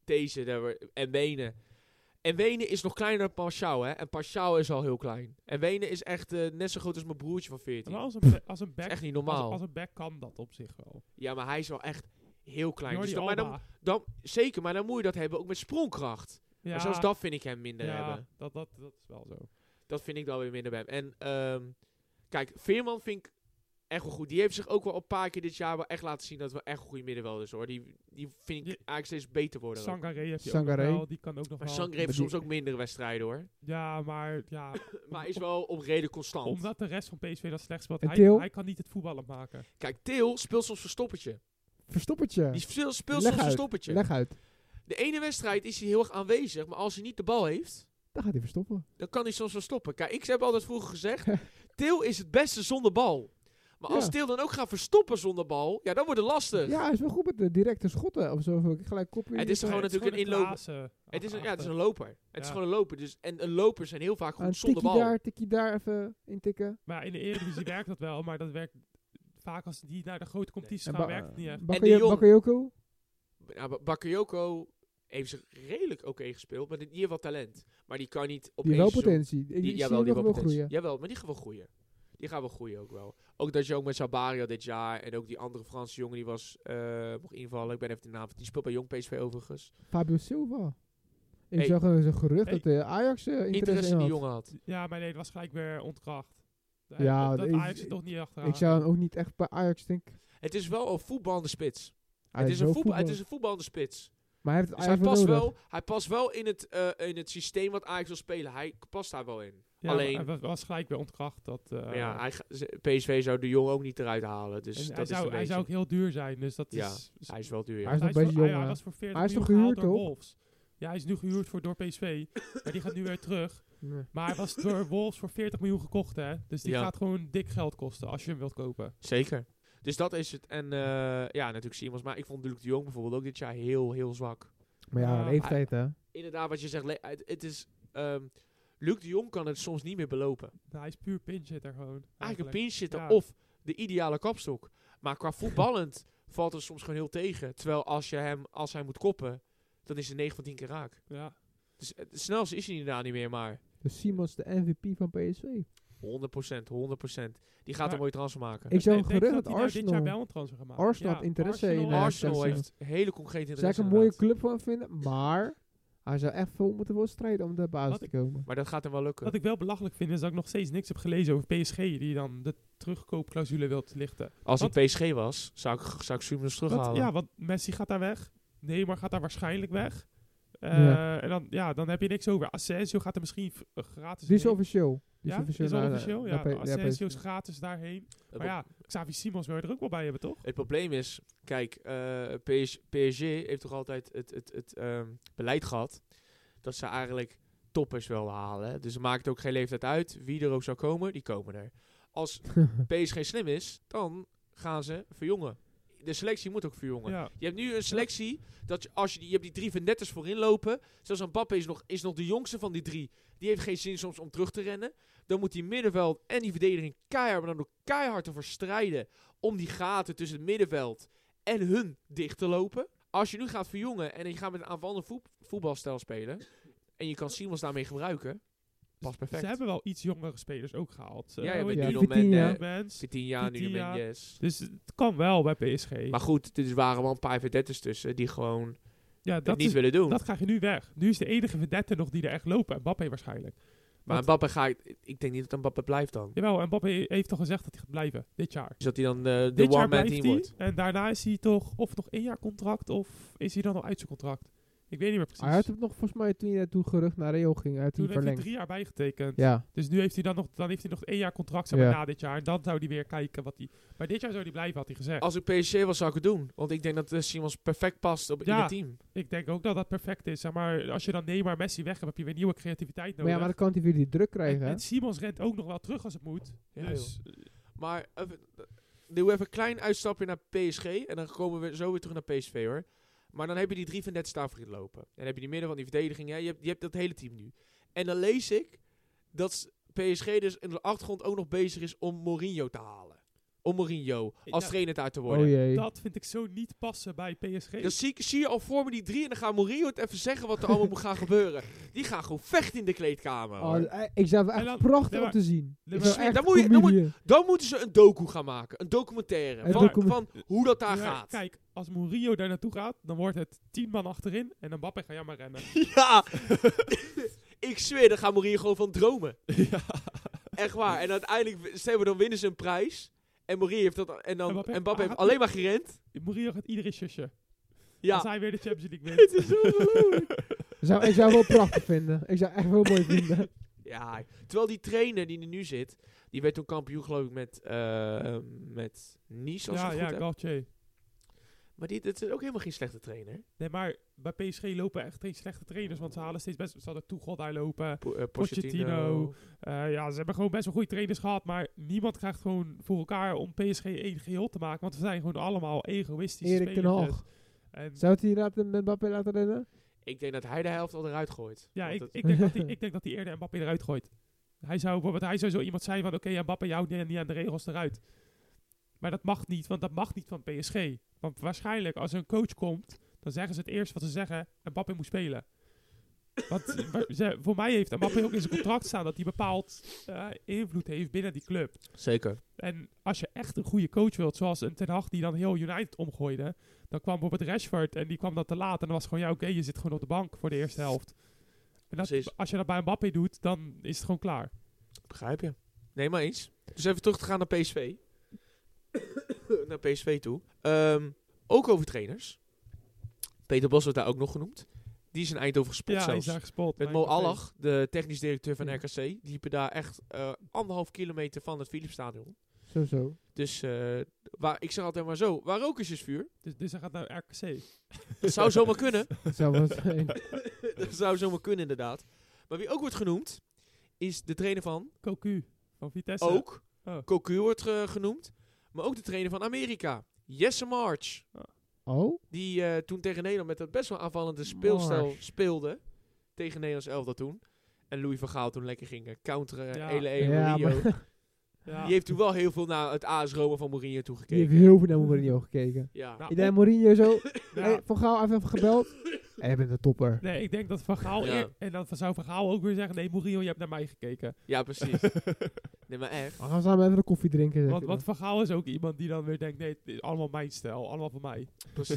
Deze, en Wenen. En Wenen is nog kleiner dan Paschal, hè. En Paschal is al heel klein. En Wenen is echt net zo groot als mijn broertje van 14. Maar als een back, is echt niet normaal. Als een back kan dat op zich wel. Ja, maar hij is wel echt heel klein. Dus dan, zeker, maar dan moet je dat hebben ook met sprongkracht. Ja. Maar zelfs dat vind ik hem minder hebben. Dat is wel zo. Dat vind ik dan weer minder bij hem. En kijk, Veerman vind ik echt wel goed. Die heeft zich ook wel een paar keer dit jaar wel echt laten zien dat we echt een goede middenvelder is, hoor. Die vind ik eigenlijk steeds beter worden. Sangaré heb je ook nog wel. Die kan ook nog maar wel. Sangaré heeft soms ook mindere wedstrijden, hoor. Ja, maar maar hij is wel op reden constant. Omdat de rest van PSV dat slecht speelt. Hij kan niet het voetballen maken. Kijk, Til speelt soms verstoppertje. Verstoppertje? Die speelt soms verstoppertje. Leg uit. De ene wedstrijd is hij heel erg aanwezig, maar als hij niet de bal heeft, dan gaat hij verstoppen. Dan kan hij soms verstoppen. Kijk, ik heb altijd vroeger gezegd, Til is het beste zonder bal. Maar als Til dan ook gaat verstoppen zonder bal, dan wordt het lastig. Ja, hij is wel goed met de directe schotten of zo. Gelijk kopje. Het is gewoon natuurlijk een inloper. Het is een loper. Het is gewoon een loper. Dus, en een loper zijn heel vaak goed zonder bal. Tikkie daar even intikken. Maar in de Eredivisie werkt dat wel, maar dat werkt vaak als die naar de grote competities gaan, werkt het niet echt. Bakayoko? Bakayoko heeft zich redelijk oké gespeeld, maar die heeft wel talent. Maar die kan niet op die wel potentie. Die wel groeien. Jawel, maar die gaat wel groeien. Die gaan wel groeien ook wel. Ook dat je ook met Sabaria dit jaar en ook die andere Franse jongen die was mocht invallen. Ik ben even de naam. Die speelt bij Jong PSV overigens. Fabio Silva. Ik zag een gerucht dat de Ajax interesse in die jongen had. Ja, maar nee, het was gelijk weer ontkracht. Ja, dat Ajax er toch niet achteraan. Ik zou hem ook niet echt bij Ajax denken. Het is wel een voetballende spits. Het is een voetballende spits. Maar hij, heeft dus hij past wel in het systeem wat Ajax wil spelen. Hij past daar wel in. Ja, alleen hij was gelijk weer ontkracht. PSV zou de Jong ook niet eruit halen. Dus hij zou ook heel duur zijn. Dus dat is, hij is wel duur. Ja. Hij is nog best jong. Hij was voor 40 hij is toch gehuurd, toch? Wolves. Ja, hij is nu gehuurd door PSV. Maar die gaat nu weer terug. Nee. Maar hij was door Wolves voor 40 miljoen gekocht, hè. Dus die gaat gewoon dik geld kosten als je hem wilt kopen. Zeker. Dus dat is het. En natuurlijk Simons. Maar ik vond Luc de Jong bijvoorbeeld ook dit jaar heel, heel zwak. Maar ja, leeftijd, hè. Inderdaad, wat je zegt. Het is... Luc de Jong kan het soms niet meer belopen. Hij is puur pinch-hitter gewoon. Eigenlijk een pinch-hitter of de ideale kapstok. Maar qua voetballend valt het soms gewoon heel tegen. Terwijl als hij moet koppen, dan is het 9 van 10 keer raak. Ja. Dus het snelste is hij inderdaad niet meer, maar... Dus Simons de MVP van PSV. 100%. Die gaat een mooie transfer maken. Ik zou een gerucht dat Arsenal dit jaar wel een transfer gaan maken. Arsenal had interesse in. Arsenal heeft hele concrete interesse. Zou ik een mooie club van vinden, maar... Hij zou echt veel moeten strijden om de basis te komen. Maar dat gaat hem wel lukken. Wat ik wel belachelijk vind, is dat ik nog steeds niks heb gelezen over PSG, die dan de terugkoopclausule wil lichten. Als ik PSG was, zou ik Simons terughalen. Ja, want Messi gaat daar weg. Neymar gaat daar waarschijnlijk weg. En dan heb je niks over. Asensio gaat er misschien gratis Die is officieel. Is officieel? Ja, Asensio is gratis daarheen. Maar ja, Xavi Simons wil je er ook wel bij hebben, toch? Het probleem is, kijk, PSG heeft toch altijd het beleid gehad dat ze eigenlijk toppers wilden halen. Dus het maakt ook geen leeftijd uit. Wie er ook zou komen, die komen er. Als PSG slim is, dan gaan ze verjongen. De selectie moet ook verjongen. Ja. Je hebt nu een selectie, dat je hebt die 3 Vendettes voorin lopen. Zelfs Mbappé is nog de jongste van die 3. Die heeft geen zin soms om terug te rennen. Dan moet die middenveld en die verdediging keihard ervoor strijden om die gaten tussen het middenveld en hun dicht te lopen. als je nu gaat verjongen en je gaat met een aanvallende voetbalstijl spelen, en je kan Simons daarmee gebruiken, past perfect. Ze hebben wel iets jongere spelers ook gehaald. Ja, Hoe met heet die? Vitinha. Mens. Vitinha, nu Vitinha. Mendes. Dus het kan wel bij PSG. Maar goed, er waren wel een paar verdetters tussen die gewoon ja, het dat, niet is, willen doen. dat krijg je nu weg. Nu is de enige verdette nog die er echt lopen. Mbappé waarschijnlijk. Maar Want- Mbappé ik denk niet dat Mbappé blijft dan. Jawel, Mbappé heeft toch gezegd dat hij gaat blijven. Dit jaar. Dus dat hij dan de Dit jaar one-man blijft team hij. wordt. En daarna is hij toch of nog 1 jaar contract of is hij dan al uit zijn contract. Ik weet niet meer precies. Hij had het nog volgens mij toen hij toen gerucht naar Real ging. Hij had Toen hij heeft hij verlengd. 3 jaar bijgetekend. Ja. Dus nu heeft hij dan heeft hij nog 1 jaar contract zeg maar, Ja. na dit jaar. En dan zou hij weer kijken wat hij... Maar dit jaar zou hij blijven, had hij gezegd. Als ik PSG was, zou ik het doen. Want ik denk dat Simons perfect past in Ja. het team. Ik denk ook dat dat perfect is. Zeg maar, als je dan Neymar, Messi weg hebt, heb je weer nieuwe creativiteit Maar nodig. ja, maar dan kan hij weer die druk krijgen. en Simons rent ook nog wel terug als het moet. Ja, Dus Maar doe even een klein uitstapje naar PSG. En dan komen we zo weer terug naar PSV hoor. Maar dan heb je die 3 van net Stavrid lopen. En dan heb je die midden van die verdediging. Ja, je hebt dat hele team nu. En dan lees ik dat PSG dus in de achtergrond ook nog bezig is om Mourinho te halen. Om Mourinho als Ja. trainer daar te worden. Oh jee. dat vind ik zo niet passen bij PSG. Dan zie je al voor me die 3 en dan gaat Mourinho het even zeggen wat er allemaal moet gaan gebeuren. Die gaan gewoon vechten in de kleedkamer. Hoor. Ik zou het En echt dan- prachtig nee, om maar- te zien. nee, Ik maar- zou echt Dan moet je- comedian. Dan moeten ze een docu gaan maken. Een documentaire. Een Van hoe dat daar Ja, gaat. Kijk, als Mourinho daar naartoe gaat, dan wordt het 10 man achterin en dan Mbappé ga jij maar rennen. Ja! Ik zweer, dan gaat Mourinho gewoon van dromen. Echt waar. En uiteindelijk dan winnen ze een prijs. En Mourinho heeft dat. En dan Mbappé heeft alleen maar gerend. Mourinho gaat iedereen shusje. Ja. Als hij weer de Champions League wint. Het is ongelooflijk. Ik zou het wel prachtig vinden. Ik zou het echt wel mooi vinden. Ja. Terwijl die trainer die er nu zit. Die werd toen kampioen geloof ik met Nice als ik Ja, het ja, goed heb. Galtier. Maar dat is ook helemaal geen slechte trainer. Nee, maar bij PSG lopen echt geen slechte trainers, want ze halen steeds best... Ze hadden Tuchel daar lopen. Pochettino. Pochettino. Ja, ze hebben gewoon best wel goede trainers gehad, maar niemand krijgt gewoon voor elkaar om PSG één geheel te maken, want we zijn gewoon allemaal egoïstische Erik ten spelertjes. Hag. En Zou het inderdaad met Mbappé laten rennen? Ik denk dat hij de helft al eruit gooit. ja, Want ik denk dat hij eerder Mbappé eruit gooit. Hij zou zo iemand zijn van, oké, Mbappé, je houdt niet aan de regels eruit. Maar dat mag niet, want dat mag niet van PSG. Want waarschijnlijk, als er een coach komt, dan zeggen ze het eerst wat ze zeggen, Mbappé moet spelen. Want voor mij heeft Mbappé ook in zijn contract staan dat hij bepaald invloed heeft binnen die club. Zeker. En als je echt een goede coach wilt, zoals een Ten Hag die dan heel United omgooide, dan kwam bijvoorbeeld Rashford en die kwam dan te laat. En dan was het gewoon, ja oké, je zit gewoon op de bank voor de eerste helft. En Precies. als je dat bij Mbappé doet, dan is het gewoon klaar. Begrijp je. Nee, maar eens. Dus even terug te gaan naar PSV. Naar PSV toe. Ook over trainers. Peter Bos wordt daar ook nog genoemd. Die is in Eindhoven gespot Ja, hij is zelfs. daar gespot. Met bij Mo Mbappé. Allach, de technisch directeur van Ja. RKC. Die liepen daar echt 1,5 kilometer van het Philipsstadion. Zo. Dus ik zeg altijd maar zo, waar rook is is vuur. Dus hij gaat naar RKC. Dat zou zomaar kunnen. Dat zou wel zijn. Dat zou zomaar kunnen inderdaad. Maar wie ook wordt genoemd, is de trainer van Cocu van Vitesse. ook. Oh. Cocu wordt genoemd. Maar ook de trainer van Amerika. Jesse March. Oh? Die toen tegen Nederland met dat best wel aanvallende speelstijl March. speelde. Tegen Nederlands elftal toen. En Louis van Gaal toen lekker ging counteren. Ja. Ja, Mourinho. Ja. Die heeft toen wel heel veel naar het AS Roma van Mourinho Die toegekeken. heeft heel veel naar Mourinho gekeken. Ja. Nou, Ik denk Mourinho zo. Ja. Hey, Van Gaal heeft even gebeld. Hey, je bent een topper. Nee, ik denk dat Van Gaal Ja. en dan zou Van Gaal ook weer zeggen, nee Mourinho, je hebt naar mij gekeken. Ja, precies. Nee, maar echt. We gaan samen even een koffie drinken. zeg Want, ik want Van Gaal is ook iemand die dan weer denkt, nee, het is allemaal mijn stijl, allemaal van mij. Precies.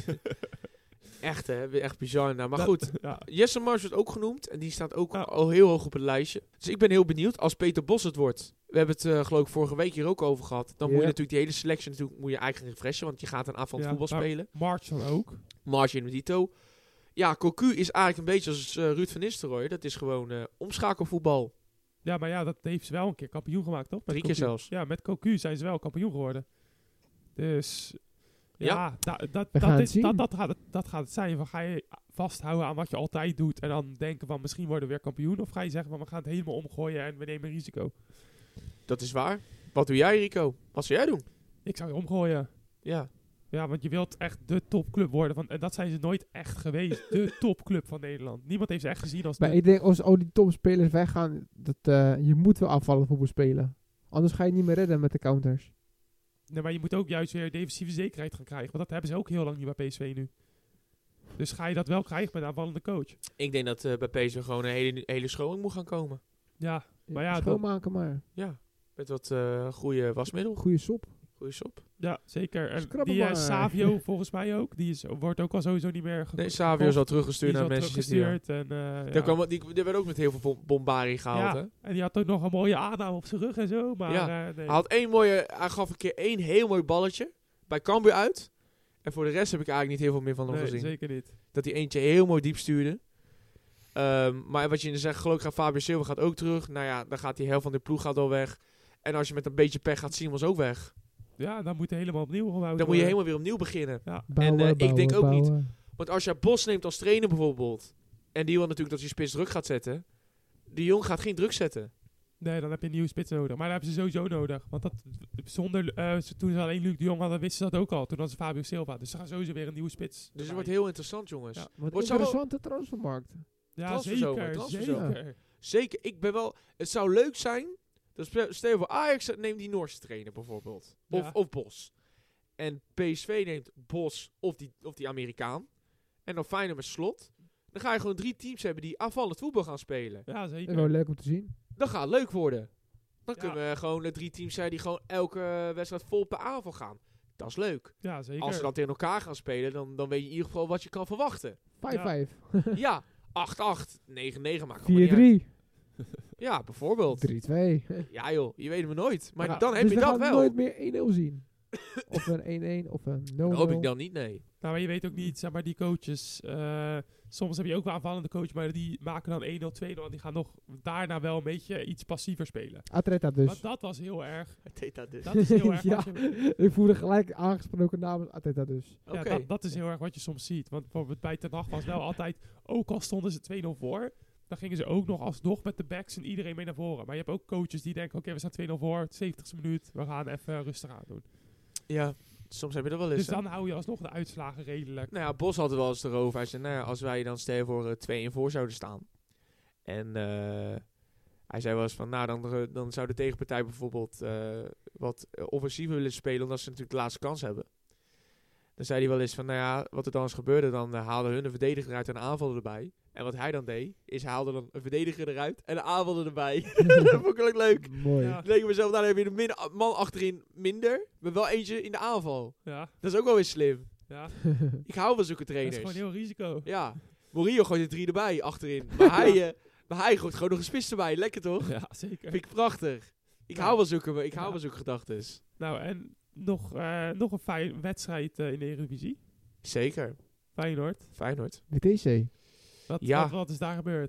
Echt hè, echt bizar. Nou, maar Dat- goed, Ja. Jesse Mars wordt ook genoemd. En die staat ook Ja. al heel hoog op het lijstje. Dus ik ben heel benieuwd als Peter Bos het wordt. We hebben het geloof ik vorige week hier ook over gehad. Dan moet je Ja. natuurlijk die hele selectie moet je eigenlijk gaan refreshen. Want je gaat een aanvallend Ja, voetbal maar spelen. March dan ook. Margin Dito. Ja, Cocu is eigenlijk een beetje als Ruud van Nistelrooy. Dat is gewoon omschakelvoetbal. Ja, maar ja, dat heeft ze wel een keer kampioen gemaakt, toch? Met 3 keer Cocu. zelfs. Ja, met Cocu zijn ze wel kampioen geworden. Dus ja, We dat gaan het zien. gaat het zijn. Van, ga je vasthouden aan wat je altijd doet en dan denken van misschien worden we weer kampioen? Of ga je zeggen van we gaan het helemaal omgooien en we nemen risico? Dat is waar. Wat doe jij, Rico? Wat zou jij doen? Ik zou je omgooien. Ja. Ja, want je wilt echt de topclub worden. En dat zijn ze nooit echt geweest. De topclub van Nederland. Niemand heeft ze echt gezien als Maar ik denk als al die topspelers weggaan, dat je moet wel afvallend voetbal spelen. Anders ga je het niet meer redden met de counters. Nee, maar je moet ook juist weer defensieve zekerheid gaan krijgen. Want dat hebben ze ook heel lang niet bij PSV nu. Dus ga je dat wel krijgen met een aanvallende coach? Ik denk dat bij PSV gewoon een hele scholing moet gaan komen. Ja, maar ja, Schoonmaken maar. Ja, met wat goede wasmiddel. Goeie sop. Goede sop. ja zeker. En Scrabble die maar. Savio volgens mij ook. wordt ook al sowieso niet meer Nee, Savio is al teruggestuurd die is naar al Manchester City. Ja. teruggestuurd. Die werd ook met heel veel bombarie gehaald, hè? En die had ook nog een mooie aanname op zijn rug en zo. Maar Ja. nee. Hij gaf een keer 1 heel mooi balletje bij Cambuur uit. En voor de rest heb ik eigenlijk niet heel veel meer van hem Nee, gezien. zeker niet. Dat hij eentje heel mooi diep stuurde. Maar wat je zegt, gelukkig gaat Fabio Silva gaat ook terug. Nou ja, dan gaat die helft van de ploeg gaat al weg. En als je met een beetje pech gaat, Simons ook weg. Ja, dan moet je helemaal opnieuw gebouwd Dan moet je helemaal weer opnieuw beginnen. Bouwen, ik denk ook niet- bouwen. Want als jij Bos neemt als trainer bijvoorbeeld. En die wil natuurlijk dat hij spits druk gaat zetten. Die jong gaat geen druk zetten. Nee, dan heb je een nieuwe spits nodig. Maar dat hebben ze sowieso nodig. Want toen ze alleen Luc de Jong hadden, wisten ze dat ook al. Toen hadden ze Fabio Silva. Dus ze gaan sowieso weer een nieuwe spits. Dus het erbij. wordt heel interessant, jongens. Ja. Wat Wordt zo wel- interessante transfermarkt. Ja, transferzomer, zeker. transferzomer. Zeker. Zeker, het zou leuk zijn. Dat stel je voor Ajax neemt die Noorse trainer bijvoorbeeld. Ja. Of Bos. En PSV neemt Bos of die Amerikaan. En dan Feyenoord met Slot. Dan ga je gewoon 3 teams hebben die aanvallend voetbal gaan spelen. Ja, Dat zeker. is wel leuk om te zien. Dat gaat leuk worden. Dan Ja. kunnen we gewoon 3 teams zijn die gewoon elke wedstrijd vol per aanval gaan. Dat is leuk. Ja, zeker. Als ze dan tegen elkaar gaan spelen, dan weet je in ieder geval wat je kan verwachten. 5-5. Ja, 8-8, 9-9 maakt allemaal niet uit. 4-3. Ja, bijvoorbeeld. 3-2. Ja joh, je weet het maar nooit. Maar Ja, dan heb dus je we dat gaan wel. nooit meer 1-0 zien. Of een 1-1 of een 0-0. Dat hoop ik dan niet, nee. Nou, maar je weet ook niet, zeg maar, die coaches. Soms heb je ook wel aanvallende coach, maar die maken dan 1-0, 2-0. En die gaan nog daarna wel een beetje iets passiever spelen. Atleta dus. Maar dat was heel erg. Het deed dat dus. Dat is heel erg Ja. wat je, Ik voelde gelijk aangesproken namens Atleta dus. ja, Oké. dat is heel erg wat je soms ziet. Want bijvoorbeeld bij Ten Hag was wel altijd, ook al stonden ze 2-0 voor, dan gingen ze ook nog alsnog met de backs en iedereen mee naar voren. Maar je hebt ook coaches die denken, oké, we staan 2-0 voor, 70ste minuut, we gaan even rustig aan doen. Ja, soms heb je dat wel eens. Dus hè. dan hou je alsnog de uitslagen redelijk. Nou ja, Bos had het wel eens erover. Hij zei, nou ja, als wij dan stel voor 2-1 voor zouden staan. En hij zei wel eens van, nou dan zou de tegenpartij bijvoorbeeld wat offensiever willen spelen, omdat ze natuurlijk de laatste kans hebben. Dan zei hij wel eens van, nou ja, wat er dan eens gebeurde, dan haalden hun een verdediger eruit en een aanvaller erbij. En wat hij dan deed, is hij haalde dan een verdediger eruit en een aanvaller erbij. Dat vond ik ook leuk. Mooi. Ja. Dan denk ik mezelf, nou dan heb je een man achterin minder, maar wel eentje in de aanval. Ja, Dat is ook wel weer slim. ja. Ik hou van zulke Dat trainers. is gewoon heel risico. Ja, Mourinho gooit er 3 erbij achterin. Maar hij gooit gewoon nog een spits erbij. Lekker toch? Ja, zeker. Vind ik prachtig. Ik Ja. hou van zulke, Ja. gedachtes. Nou, en nog een fijn wedstrijd in de Eredivisie. Zeker. Feyenoord. WTC. Ja. Wat is daar gebeurd?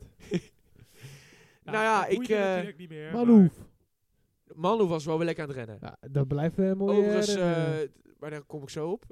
Nou ja, dat boeit me natuurlijk niet meer. Malouf. Manu was wel weer lekker aan het rennen. Ja, dat blijft een mooie Overigens, herinnering. maar daar kom ik zo op.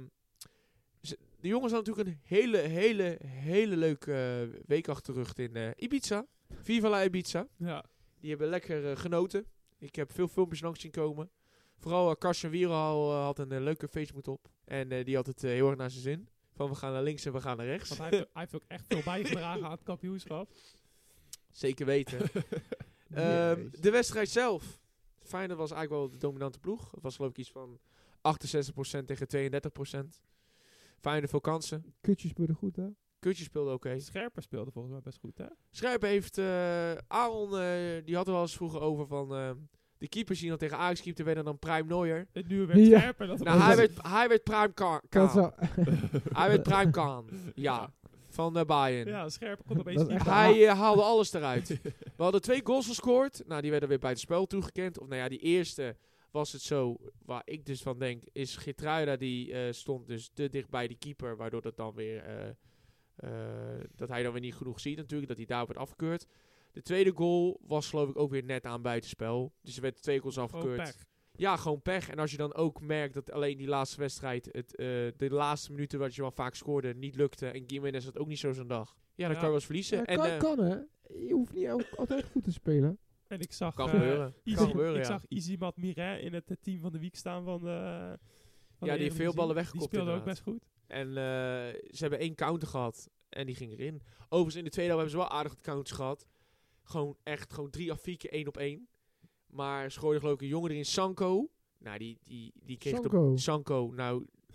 De jongens hadden natuurlijk een hele leuke week achter de rug in Ibiza. Viva la Ibiza. Ja, Die hebben lekker genoten. Ik heb veel filmpjes langs zien komen. Vooral Karsten Wierenhal had een leuke Facebook op. En die had het heel erg naar zijn zin. Van we gaan naar links en we gaan naar rechts. want hij heeft ook echt veel bijgedragen aan het kampioenschap. Zeker weten. Jezus. De wedstrijd zelf. Feyenoord was eigenlijk wel de dominante ploeg. Het was geloof ik iets van 68% tegen 32%. Feyenoord veel kansen. Kutjes speelden goed, hè? Kutje speelde oké. Scherper speelde volgens mij best goed, hè? Scherpen heeft Aaron, die had er wel eens vroeger over van de keepers die dan tegen Ajax keepte werden dan Prime Neuer. En nu werd Ja. Scherper. Dat Nou, hij werd Prime Dat Kaan. zou... Hij werd Prime Kaan. Ja, van Bayern. Ja, Scherper kon opeens Dat is niet echt van. Hij haalde alles eruit. We hadden 2 goals gescoord. Nou, die werden weer bij het spel toegekend. Of nou ja, die eerste was het zo, waar ik dus van denk, is Geertruida die stond dus te dicht bij die keeper, waardoor dat dan weer, dat hij dan weer niet genoeg ziet natuurlijk, dat hij daar wordt afgekeurd. De tweede goal was geloof ik ook weer net aan buitenspel. Dus er werden 2 goals afgekeurd. Gewoon pech. Ja, gewoon pech. En als je dan ook merkt dat alleen die laatste wedstrijd, de laatste minuten wat je wel vaak scoorde, niet lukte. En Gimenez had ook niet zo zijn dag. Ja, dan Ja. kan je wel eens verliezen. Ja, En kan hè? Je hoeft niet altijd goed te spelen. En ik zag, kan gebeuren. Kan gebeuren, ik ja. zag Izimat Miret in het team van de week staan van de Ja, de die heeft veel Eredivisie. ballen Die weggekopt speelde ook inderdaad. best goed. En ze hebben 1 counter gehad. En die ging erin. Overigens in de tweede helft hebben ze wel aardig wat counters gehad. Gewoon 3 of 4 keer 1 op 1. Maar ze gooiden geloof ik een jongen erin, Sanko. Nou, die kreeg Sanko. Sanko. Nou,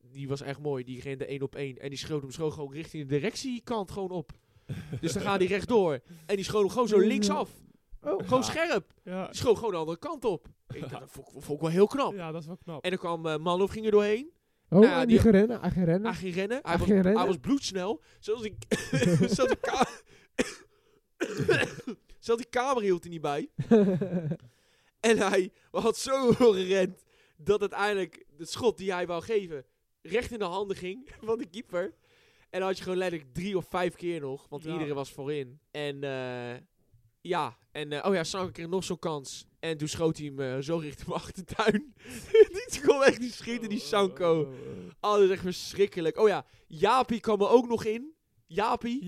die was echt mooi. Die rende 1 op 1. En die schoot hem gewoon richting de directiekant gewoon op. Dus dan gaat hij rechtdoor. En die schoot hem gewoon zo linksaf. Oh. Gewoon scherp. Ja, Die schoot gewoon de andere kant op. Dat vond ik wel heel knap. ja, dat is wel knap. En dan kwam Manhoef ging er doorheen. Oh, Nou ja, en die- die gerennen. Hij ging rennen. Hij ging rennen. Hij ging rennen? Hij was bloedsnel. Zelfs die, zelfs die camera hield hij niet bij. En hij had zo gerend dat uiteindelijk het schot die hij wou geven recht in de handen ging van de keeper. En dan had je gewoon letterlijk 3 of 5 keer nog, want Ja. iedereen was voorin. En Sanko kreeg nog zo'n kans. En toen schoot hij hem zo richting mijn achtertuin. Die kon echt niet schieten, die Sanko. Oh, dat is echt verschrikkelijk. Oh ja, Jaapie kwam er ook nog in. Jaapie.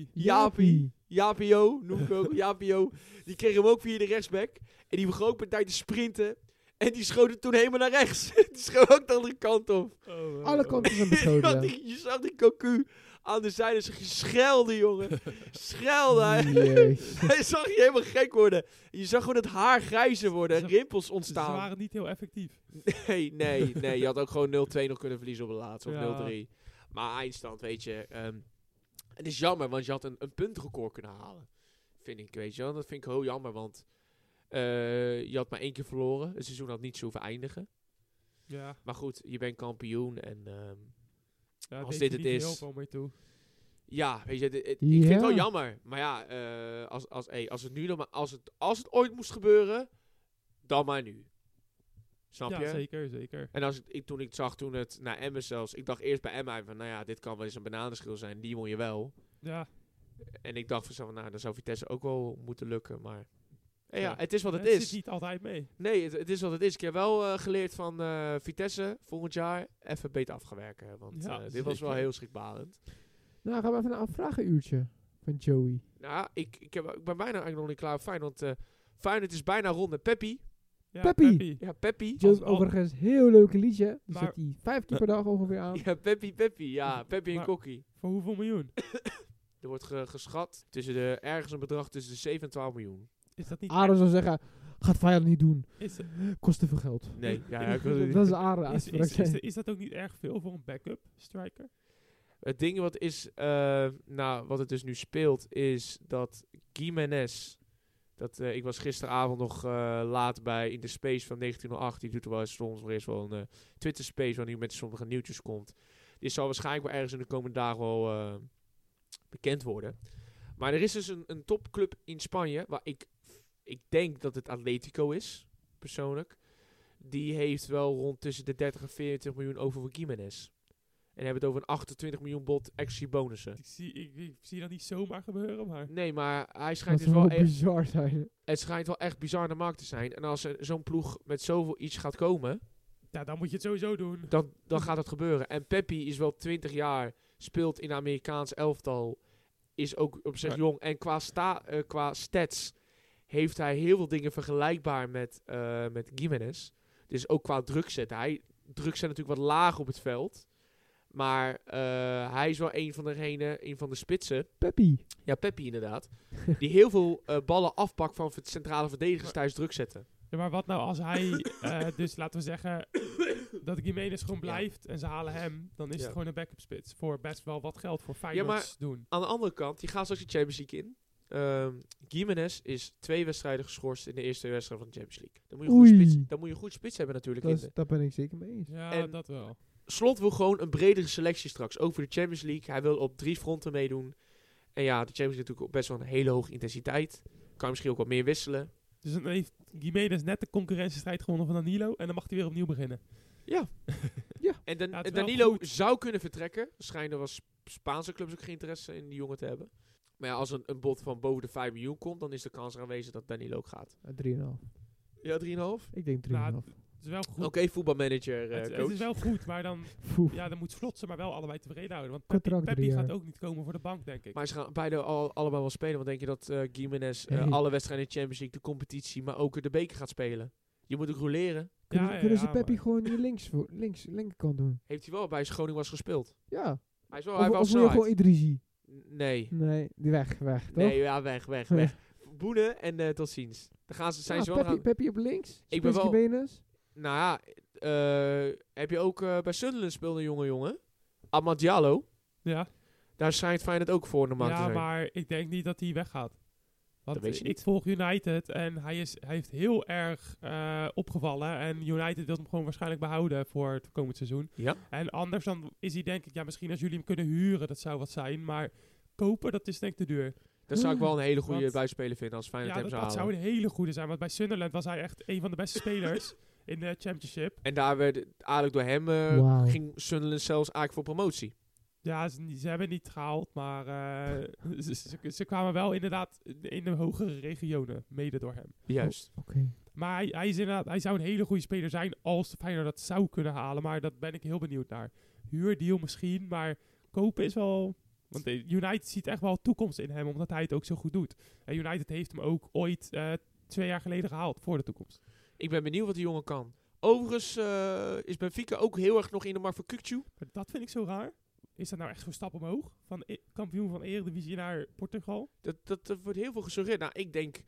Japio, noem ik ook. Japio. Die kreeg hem ook via de rechtsback. En die begon ook met tijd te sprinten. En die schoot het toen helemaal naar rechts. Die schoot ook de andere kant op. Alle kanten zijn Ja, beschoten. je zag die Cocu aan de zijde. Zag je schelden, jongen. Schelden. Jezus. Hij zag je helemaal gek worden. Je zag gewoon het haar grijzer worden. En rimpels Ze ontstaan. waren niet heel effectief. Nee. Je had ook gewoon 0-2 nog kunnen verliezen op de laatste. Of Ja. 0-3. Maar eindstand, weet je. Het is jammer, want je had een puntenrecord kunnen halen. Vind ik, weet je wel. Dat vind ik heel jammer, want je had maar 1 keer verloren. Het seizoen had niet zo hoeven eindigen. Ja, Maar goed, je bent kampioen. En ja Als deed dit er het niet is- heel veel mee toe. ja, weet je, ik vind het wel Ja. jammer. Maar ja, als het nu dan maar, als het ooit moest gebeuren, dan maar nu. Snap Ja, je? zeker. En toen ik het zag, toen het naar Emmen zelfs, ik dacht eerst bij Emmen van, nou ja, dit kan wel eens een bananenschil zijn, die won je wel. Ja, En ik dacht van, nou, dan zou Vitesse ook wel moeten lukken, maar ja, Ja. het is wat het zit is. niet altijd mee. Nee, het is wat het is. Ik heb wel geleerd van Vitesse volgend jaar even beter af gaan werken, want Ja, dit was wel zeker. heel schrikbarend. Nou, gaan we even naar een vragenuurtje van Joey. Nou, ik ben bijna eigenlijk nog niet klaar op Feyenoord, want Feyenoord is bijna rond met Peppi. Ja, Peppy. Ja, Peppi. Joey, als- overigens, heel leuke liedje. Die Maar- zet hij 5 keer per dag ongeveer aan. Ja, Peppi. Ja, Peppi en Maar- Kokkie. Voor hoeveel miljoen? Er wordt geschat ergens een bedrag tussen de 7 en 12 miljoen. Is dat niet... Aaron zou zeggen, gaat Feyenoord niet doen. Is, Kost te veel geld. Nee, ja, ik wil- Dat is Aaron. is dat ook niet erg veel voor een backup striker? Het ding wat is, wat het dus nu speelt, is dat Gimenez, ik was gisteravond nog laat bij in de space van 1908, die doet er wel eens soms weer eens wel een Twitter space, waar nu met sommige nieuwtjes komt. Die zal waarschijnlijk wel ergens in de komende dagen wel bekend worden. Maar er is dus een topclub in Spanje, waar ik denk dat het Atletico is, persoonlijk. Die heeft wel rond tussen de 30 en 40 miljoen over voor Gimenez. En hebben het over een 28 miljoen bod extra bonussen. Ik zie dat niet zomaar gebeuren, maar... Nee, maar hij Dat schijnt zou dus wel wel echt, bizar zijn. het schijnt wel echt bizar naar de markt te zijn. En als er zo'n ploeg met zoveel iets gaat komen, Ja, dan moet je het sowieso doen. dan gaat het gebeuren. En Peppi is wel 20 jaar, speelt in de Amerikaans elftal, is ook op zich Maar- jong. En qua stats heeft hij heel veel dingen vergelijkbaar met Gimenez. Dus ook qua druk zetten. Hij druk zet natuurlijk wat laag op het veld. Maar hij is wel een van de spitsen. Peppy. Ja, Peppi inderdaad. Die heel veel ballen afpakt van centrale verdedigers thuis druk zetten. Ja, maar wat nou als hij, dus laten we zeggen, dat Gimenez gewoon blijft en ze halen hem, dan is Ja. het gewoon een backup spits. Voor best wel wat geld voor Feyenoord maar- doen. Aan de andere kant, die gaat straks de Champions League in. Gimenez is 2 wedstrijden geschorst in de eerste wedstrijd van de Champions League. Dan moet je een goed spits hebben natuurlijk. Daar ben ik zeker mee eens. Ja, En- dat wel. Slot wil gewoon een bredere selectie straks. Ook voor de Champions League. Hij wil op 3 fronten meedoen. En ja, de Champions League natuurlijk ook best wel een hele hoge intensiteit. Kan misschien ook wat meer wisselen. Dus dan heeft Gimenez net de concurrentiestrijd gewonnen van Danilo en dan mag hij weer opnieuw beginnen. En Ja, het is wel Danilo goed. zou kunnen vertrekken. Schijnen was Spaanse clubs ook geen interesse in die jongen te hebben. Maar ja, als een bod van boven de 5 miljoen komt, dan is de kans er aanwezig dat Danilo ook gaat. 3,5. Ja, 3,5? Ik denk 3,5. Nou, het is wel goed. Oké, voetbalmanager, Het coach. is wel goed, maar dan, Poeh. ja, dan moet Slotsen maar wel allebei tevreden houden. Want Contract Peppi 3 gaat jaar. ook niet komen voor de bank, denk ik. Maar ze gaan beide allebei wel spelen. Want denk je dat Gimenez Hey. alle wedstrijden in de Champions League, de competitie, maar ook de beker gaat spelen? Je moet ook roleren. Kunnen ze Peppy maar- gewoon hier linkerkant doen? Heeft hij wel bij Groningen was gespeeld. Ja. Hij is wel, hij heeft wel Of wil je gewoon snelheid. Idrisi? Nee. Nee, die weg, toch? Nee, ja, weg. Boenen en tot ziens. Dan gaan ze, zijn Ja, ze wel Peppy, gaan... Peppy op links. Ik ben wel- Gimenez. Nou ja, heb je ook bij Sunderland speelde een jongen. Amad Diallo. Ja, Daar schijnt Feyenoord ook voor in de markt te ja, zijn. maar ik denk niet dat hij weggaat. Want Dat weet je ik niet. volg United en hij heeft heel erg opgevallen. En United wil hem gewoon waarschijnlijk behouden voor het komend seizoen. Ja. En anders dan is hij denk ik, ja, misschien als jullie hem kunnen huren, dat zou wat zijn. Maar kopen, dat is denk ik te duur. Dat zou ik wel een hele goede Want- buitenspeler vinden als Feyenoord Ja, hem dat zou zou halen. een hele goede zijn. Want bij Sunderland was hij echt een van de beste spelers in de Championship. En daar werd eigenlijk door hem Wauw. ging Sunderland zelfs eigenlijk voor promotie. Ja, ze hebben het niet gehaald, maar ze kwamen wel inderdaad in de hogere regionen, mede door hem. Juist. Oké. Maar hij is inderdaad, hij zou een hele goede speler zijn als de Feyenoord dat zou kunnen halen. Maar dat ben ik heel benieuwd naar. Huurdeal misschien, maar kopen is wel... Want United ziet echt wel toekomst in hem, omdat hij het ook zo goed doet. En United heeft hem ook ooit 2 jaar geleden gehaald, voor de toekomst. Ik ben benieuwd wat die jongen kan. Overigens is Benfica ook heel erg nog in de markt voor Kukçu. Maar dat vind ik zo raar. Is dat nou echt zo'n stap omhoog? Van kampioen van Eredivisie naar Portugal? Dat wordt heel veel gesuggereerd. Nou, ik denk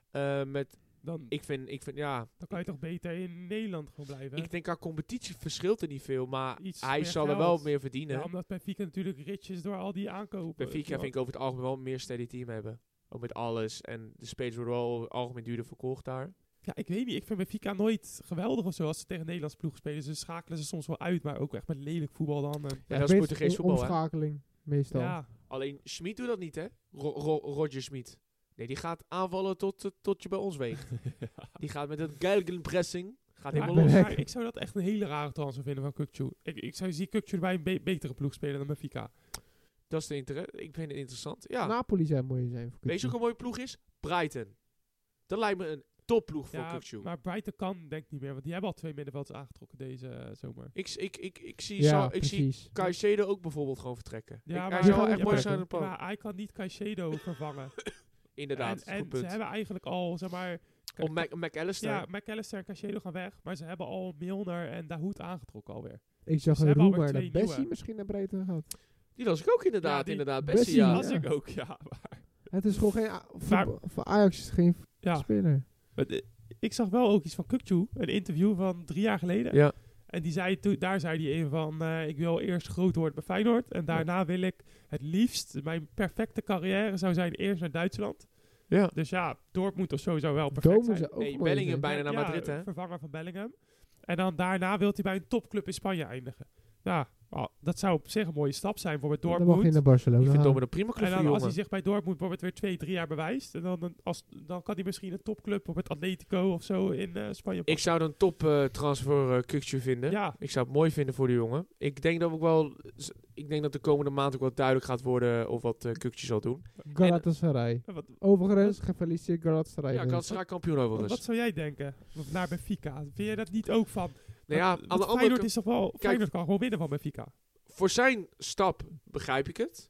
Dan ik vind ja, kan je toch beter in Nederland gewoon blijven? ik denk qua competitie verschilt er niet veel, maar Iets hij meer zal er geld. wel meer verdienen. Ja, omdat Benfica natuurlijk rich is door al die aankopen. Benfica vind ik over het algemeen wel een meer steady team hebben. Ook met alles. En de spelers worden wel over het algemeen duurder verkocht daar. Ja, ik weet niet. Ik vind Benfica nooit geweldig of zo als ze tegen Nederlands ploeg spelen. Ze schakelen ze soms wel uit, maar ook echt met lelijk voetbal dan. En, Ja, dat is meest Portugees voetbal, hè? omschakeling, meestal. ja, Alleen Schmid doet dat niet, hè? Roger Schmid. Nee, die gaat aanvallen tot je bij ons weegt. Die gaat met het gegenpressing. Gaat maar, helemaal los. ben- maar ik zou dat echt een hele rare transfer vinden van Kukçu. Ik zou zie Kukçu bij een betere ploeg spelen dan Benfica. Dat is de ik vind het interessant. Ja. Napoli zou mooi zijn voor Weet je ook Kukçu. een mooie ploeg is? Brighton. Dat lijkt me een topploeg voor Ja, Kukçu. maar Brighton kan denk ik niet meer, want die hebben al 2 middenvelds aangetrokken deze zomer. Ik zie Ja, ik zie precies. Caicedo ook bijvoorbeeld gewoon vertrekken. Ja, Hij maar- zou Ja, echt ja, mooi maar- zijn op plan. Maar hij kan niet Caicedo vervangen. Inderdaad, en goed punt. ze hebben eigenlijk al, zeg maar... Of McAllister. Ja, McAllister en Caicedo gaan weg, maar ze hebben al Milner en Dahoud aangetrokken alweer. Ik zag Ze een hebben alweer rumor dat 2 Bessie nieuwe. misschien naar Brighton gaat. Die las ik ook inderdaad. Ja, die- inderdaad. Bessie, Bessie, ja. ja. Dat was ik ook, ja. Maar, Het is gewoon geen... Maar- voor Ajax is het geen ja. speler. Ik zag wel ook iets van Kukçu, een interview van 3 jaar geleden. Ja. En die zei daar zei hij even van, ik wil eerst groot worden bij Feyenoord. En daarna wil ik het liefst, mijn perfecte carrière zou zijn eerst naar Duitsland. Ja. Dus ja, Dortmund of zo zou wel perfect Domen zijn. ze ook Nee, mooi Bellingham zijn. bijna naar Ja, Madrid, hè? vervanger van Bellingham. En dan daarna wil hij bij een topclub in Spanje eindigen. Ja, dat zou op zich een mooie stap zijn voor het Dan mag je Dortmund. naar Barcelona Ik vind gaan. Dortmund een prima club En voor dan die als hij jongen. zich bij Dortmund bijvoorbeeld weer 2-3 jaar bewijst. En dan kan hij misschien een topclub op het Atletico of zo in Spanje. Ik zou een top transfer Kukçu vinden. Ja, Ik zou het mooi vinden voor die jongen. Ik denk dat ook wel... Ik denk dat de komende maand ook wel duidelijk gaat worden of wat Kukçu zal doen. Galatasaray. wat, Overigens, gefeliciteerd Galatasaray. Ja, Galatasaray kampioen overigens. wat zou jij denken naar Benfica? Vind je dat niet ook van... Nou ja, want aan de andere Feyenoord kant, is toch wel... Feyenoord kan gewoon winnen van Benfica. voor zijn stap begrijp ik het.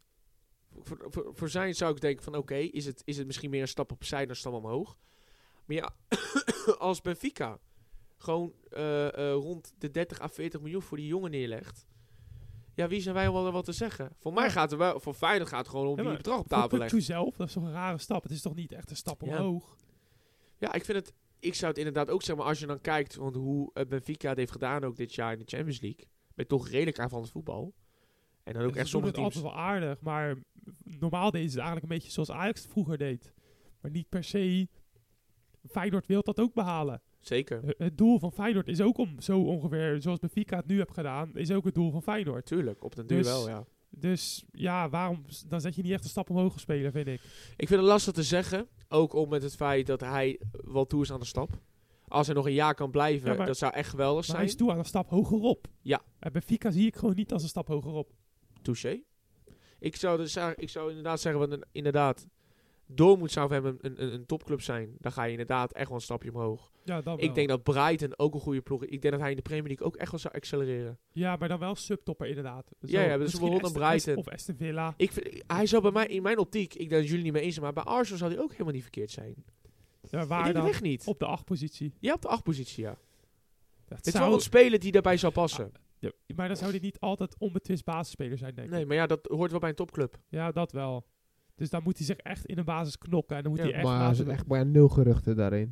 Voor zijn zou ik denken van oké, is het misschien meer een stap opzij dan een stap omhoog. Maar ja, als Benfica gewoon rond de 30 à 40 miljoen voor die jongen neerlegt. Ja, wie zijn wij om wel wat te zeggen? Voor mij gaat er wel, voor Feyenoord gaat het gewoon om Ja, die maar bedrag op Voor tafel leggen. Kukçu zelf, dat is toch een rare stap. Het is toch niet echt een stap Ja. omhoog? Ja, ik zou het inderdaad ook zeggen, maar als je dan kijkt want hoe Benfica het heeft gedaan ook dit jaar in de Champions League, met toch redelijk aanvallend voetbal. En dan ook Ze echt doen sommige het teams. altijd wel aardig, maar normaal deden ze het eigenlijk een beetje zoals Ajax het vroeger deed. Maar niet per se... Feyenoord wil dat ook behalen. Zeker, Het doel van Feyenoord is ook om zo ongeveer, zoals Benfica het nu heeft gedaan, is ook het doel van Feyenoord. tuurlijk, op den duur Dus- wel, ja. Dus ja, dan zet je niet echt een stap omhoog spelen, vind ik. Ik vind het lastig te zeggen, ook om met het feit dat hij wel toe is aan de stap. Als hij nog een jaar kan blijven, Ja, maar- dat zou echt geweldig Maar zijn. hij is toe aan een stap hogerop. Ja. En Benfica zie ik gewoon niet als een stap hogerop. Touché. Ik zou inderdaad zeggen, want inderdaad, Dortmund zou voor hem een topclub zijn. Dan ga je inderdaad echt wel een stapje omhoog. Ja, dan wel. Ik denk dat Brighton ook een goede ploeg is. Ik denk dat hij in de Premier League ook echt wel zou accelereren. Ja, maar dan wel subtopper inderdaad. Ja, dus misschien bijvoorbeeld een Brighton. Of Aston Villa. Hij zou bij mij, in mijn optiek, ik denk dat jullie niet mee eens zijn, maar bij Arsenal zou hij ook helemaal niet verkeerd zijn. Ja, Ik waar denk dan? het echt niet. Op de 8 positie. Ja, op de 8 positie, ja. Dat Het is wel een speler die daarbij zou passen. Ja, maar dan zou hij niet altijd onbetwist basisspeler zijn, denk ik. Nee, maar ja, dat hoort wel bij een topclub. Ja, dat wel. Dus dan moet hij zich echt in een basis knokken. En dan moet Ja, hij echt Maar er laten zijn doen. echt maar 0 geruchten daarin.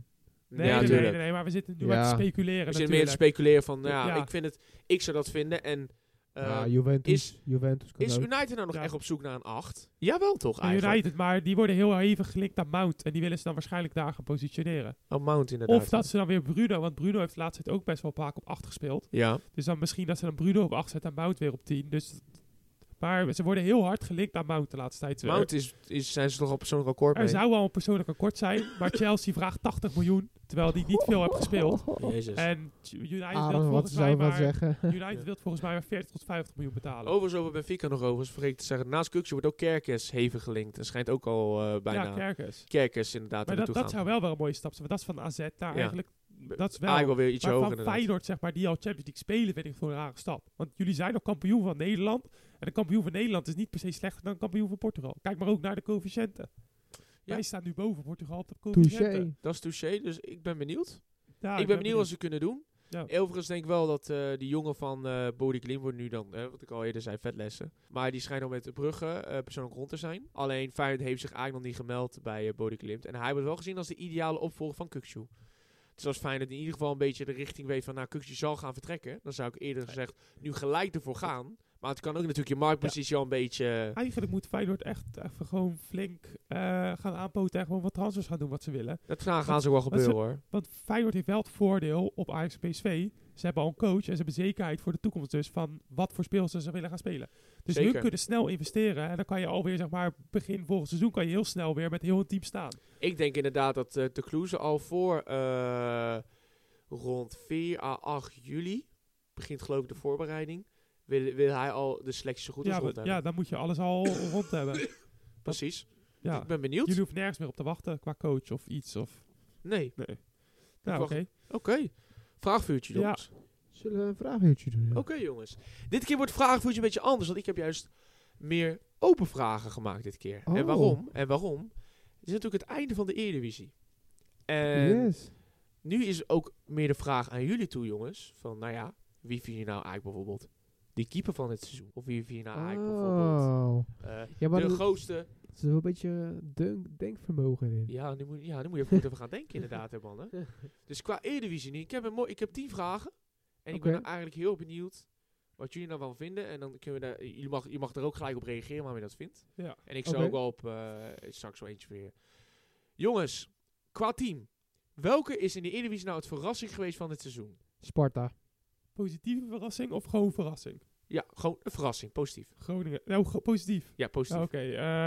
Nee, maar we zitten nu maar te speculeren. We zitten meer te speculeren van, Ja. ik zou dat vinden. En Juventus kan is ook. United nou nog Ja. echt op zoek naar een 8? Jawel toch En eigenlijk? United, maar die worden heel hevig gelinkt aan Mount. En die willen ze dan waarschijnlijk daar gaan positioneren. Oh, Mount inderdaad. Of dat ze dan weer Bruno, want Bruno heeft de laatste tijd ook best wel vaak op 8 gespeeld. Ja, Dus dan misschien dat ze dan Bruno op 8 zetten en Mount weer op 10. Dus, maar ze worden heel hard gelinkt aan Mount de laatste tijd. Mount zijn ze toch op persoonlijk akkoord Er mee? zou wel een persoonlijk akkoord zijn, maar Chelsea vraagt 80 miljoen, terwijl die niet veel heeft gespeeld. Jezus. En United Aaron, wil wat volgens zou mij je van maar, zeggen? United wil volgens mij maar 40 tot 50 miljoen betalen. Overigens over Benfica nog overigens, vergeet te zeggen. Naast Kukçu wordt ook Kerkes hevig gelinkt. En schijnt ook al bijna Ja, Kerkers. Kerkes inderdaad Maar naartoe dat gaan. zou wel weer een mooie stap zijn, want dat is van AZ daar eigenlijk. Dat is wel. Eigenlijk wel weer ietsje Maar hoger van inderdaad. Feyenoord, zeg maar, die al Champions League spelen, vind ik voor een rare stap. Want jullie zijn nog kampioen van Nederland. En de kampioen van Nederland is niet per se slechter dan de kampioen van Portugal. Kijk maar ook naar de coëfficiënten. Ja. Wij staan nu boven Portugal op de coëfficiënten. Touché. Dat is touché, dus ik ben benieuwd. Ja, ik ben benieuwd wat ze kunnen doen. Ja. Overigens denk ik wel dat die jongen van Bodie Klim wordt nu dan, wat ik al eerder zei, vetlessen. Maar die schijnt al met Brugge persoonlijk rond te zijn. Alleen Feyenoord heeft zich eigenlijk nog niet gemeld bij Bodie Klim. En hij wordt wel gezien als de ideale opvolger van Kukçu. Dus als Feyenoord in ieder geval een beetje de richting weet van, nou, Kukçu zal gaan vertrekken. Dan zou ik eerder gezegd nu gelijk ervoor gaan. Maar het kan ook natuurlijk je marktpositie al een beetje... Eigenlijk moet Feyenoord echt even gewoon flink gaan aanpoten en gewoon wat transfers gaan doen wat ze willen. Dat gaan ze ook wel gebeuren hoor. Want Feyenoord heeft wel het voordeel op Ajax en PSV. Ze hebben al een coach en ze hebben zekerheid voor de toekomst dus van wat voor speelsters ze willen gaan spelen. Dus Zeker. hun kunnen snel investeren en dan kan je alweer, zeg maar, begin volgend seizoen kan je heel snel weer met heel een team staan. Ik denk inderdaad dat de Kloeze al voor rond 4 à 8 juli, begint geloof ik de voorbereiding, wil hij al de selectie zo goed als rond hebben. Ja, dan moet je alles al rond hebben. Precies. Ja. Ik ben benieuwd. Jullie hoeven nergens meer op te wachten qua coach of iets. Of... Nee. Nee. Nou, wacht. oké. Oké. Vraagvuurtje, Ja. jongens. Zullen we een vraaguurtje doen? Ja? Oké, jongens. Dit keer wordt het vraagvuurtje een beetje anders, want ik heb juist meer open vragen gemaakt dit keer. Oh. En waarom? Het is natuurlijk het einde van de Eredivisie. En Yes. nu is ook meer de vraag aan jullie toe, jongens. Van, nou ja, wie vind je nou eigenlijk bijvoorbeeld de keeper van het seizoen? Of wie vind je nou eigenlijk bijvoorbeeld Oh. Ja, maar de dat- grootste... Er is wel een beetje denkvermogen in. Ja, nu moet je even goed even gaan denken inderdaad, hè, mannen. Dus qua Eredivisie nu, ik heb 10 vragen. En ik ben Oké. nou eigenlijk heel benieuwd wat jullie nou van vinden. En dan kunnen we daar, je mag er ook gelijk op reageren waar je dat vindt. Ja. En ik zal Oké. ook wel op straks zo eentje weer. Jongens, qua team. Welke is in de Eredivisie nou het verrassing geweest van dit seizoen? Sparta. Positieve verrassing of gewoon verrassing? Ja, gewoon een verrassing, positief. Groningen. Nou, positief. Ja, positief. Oké.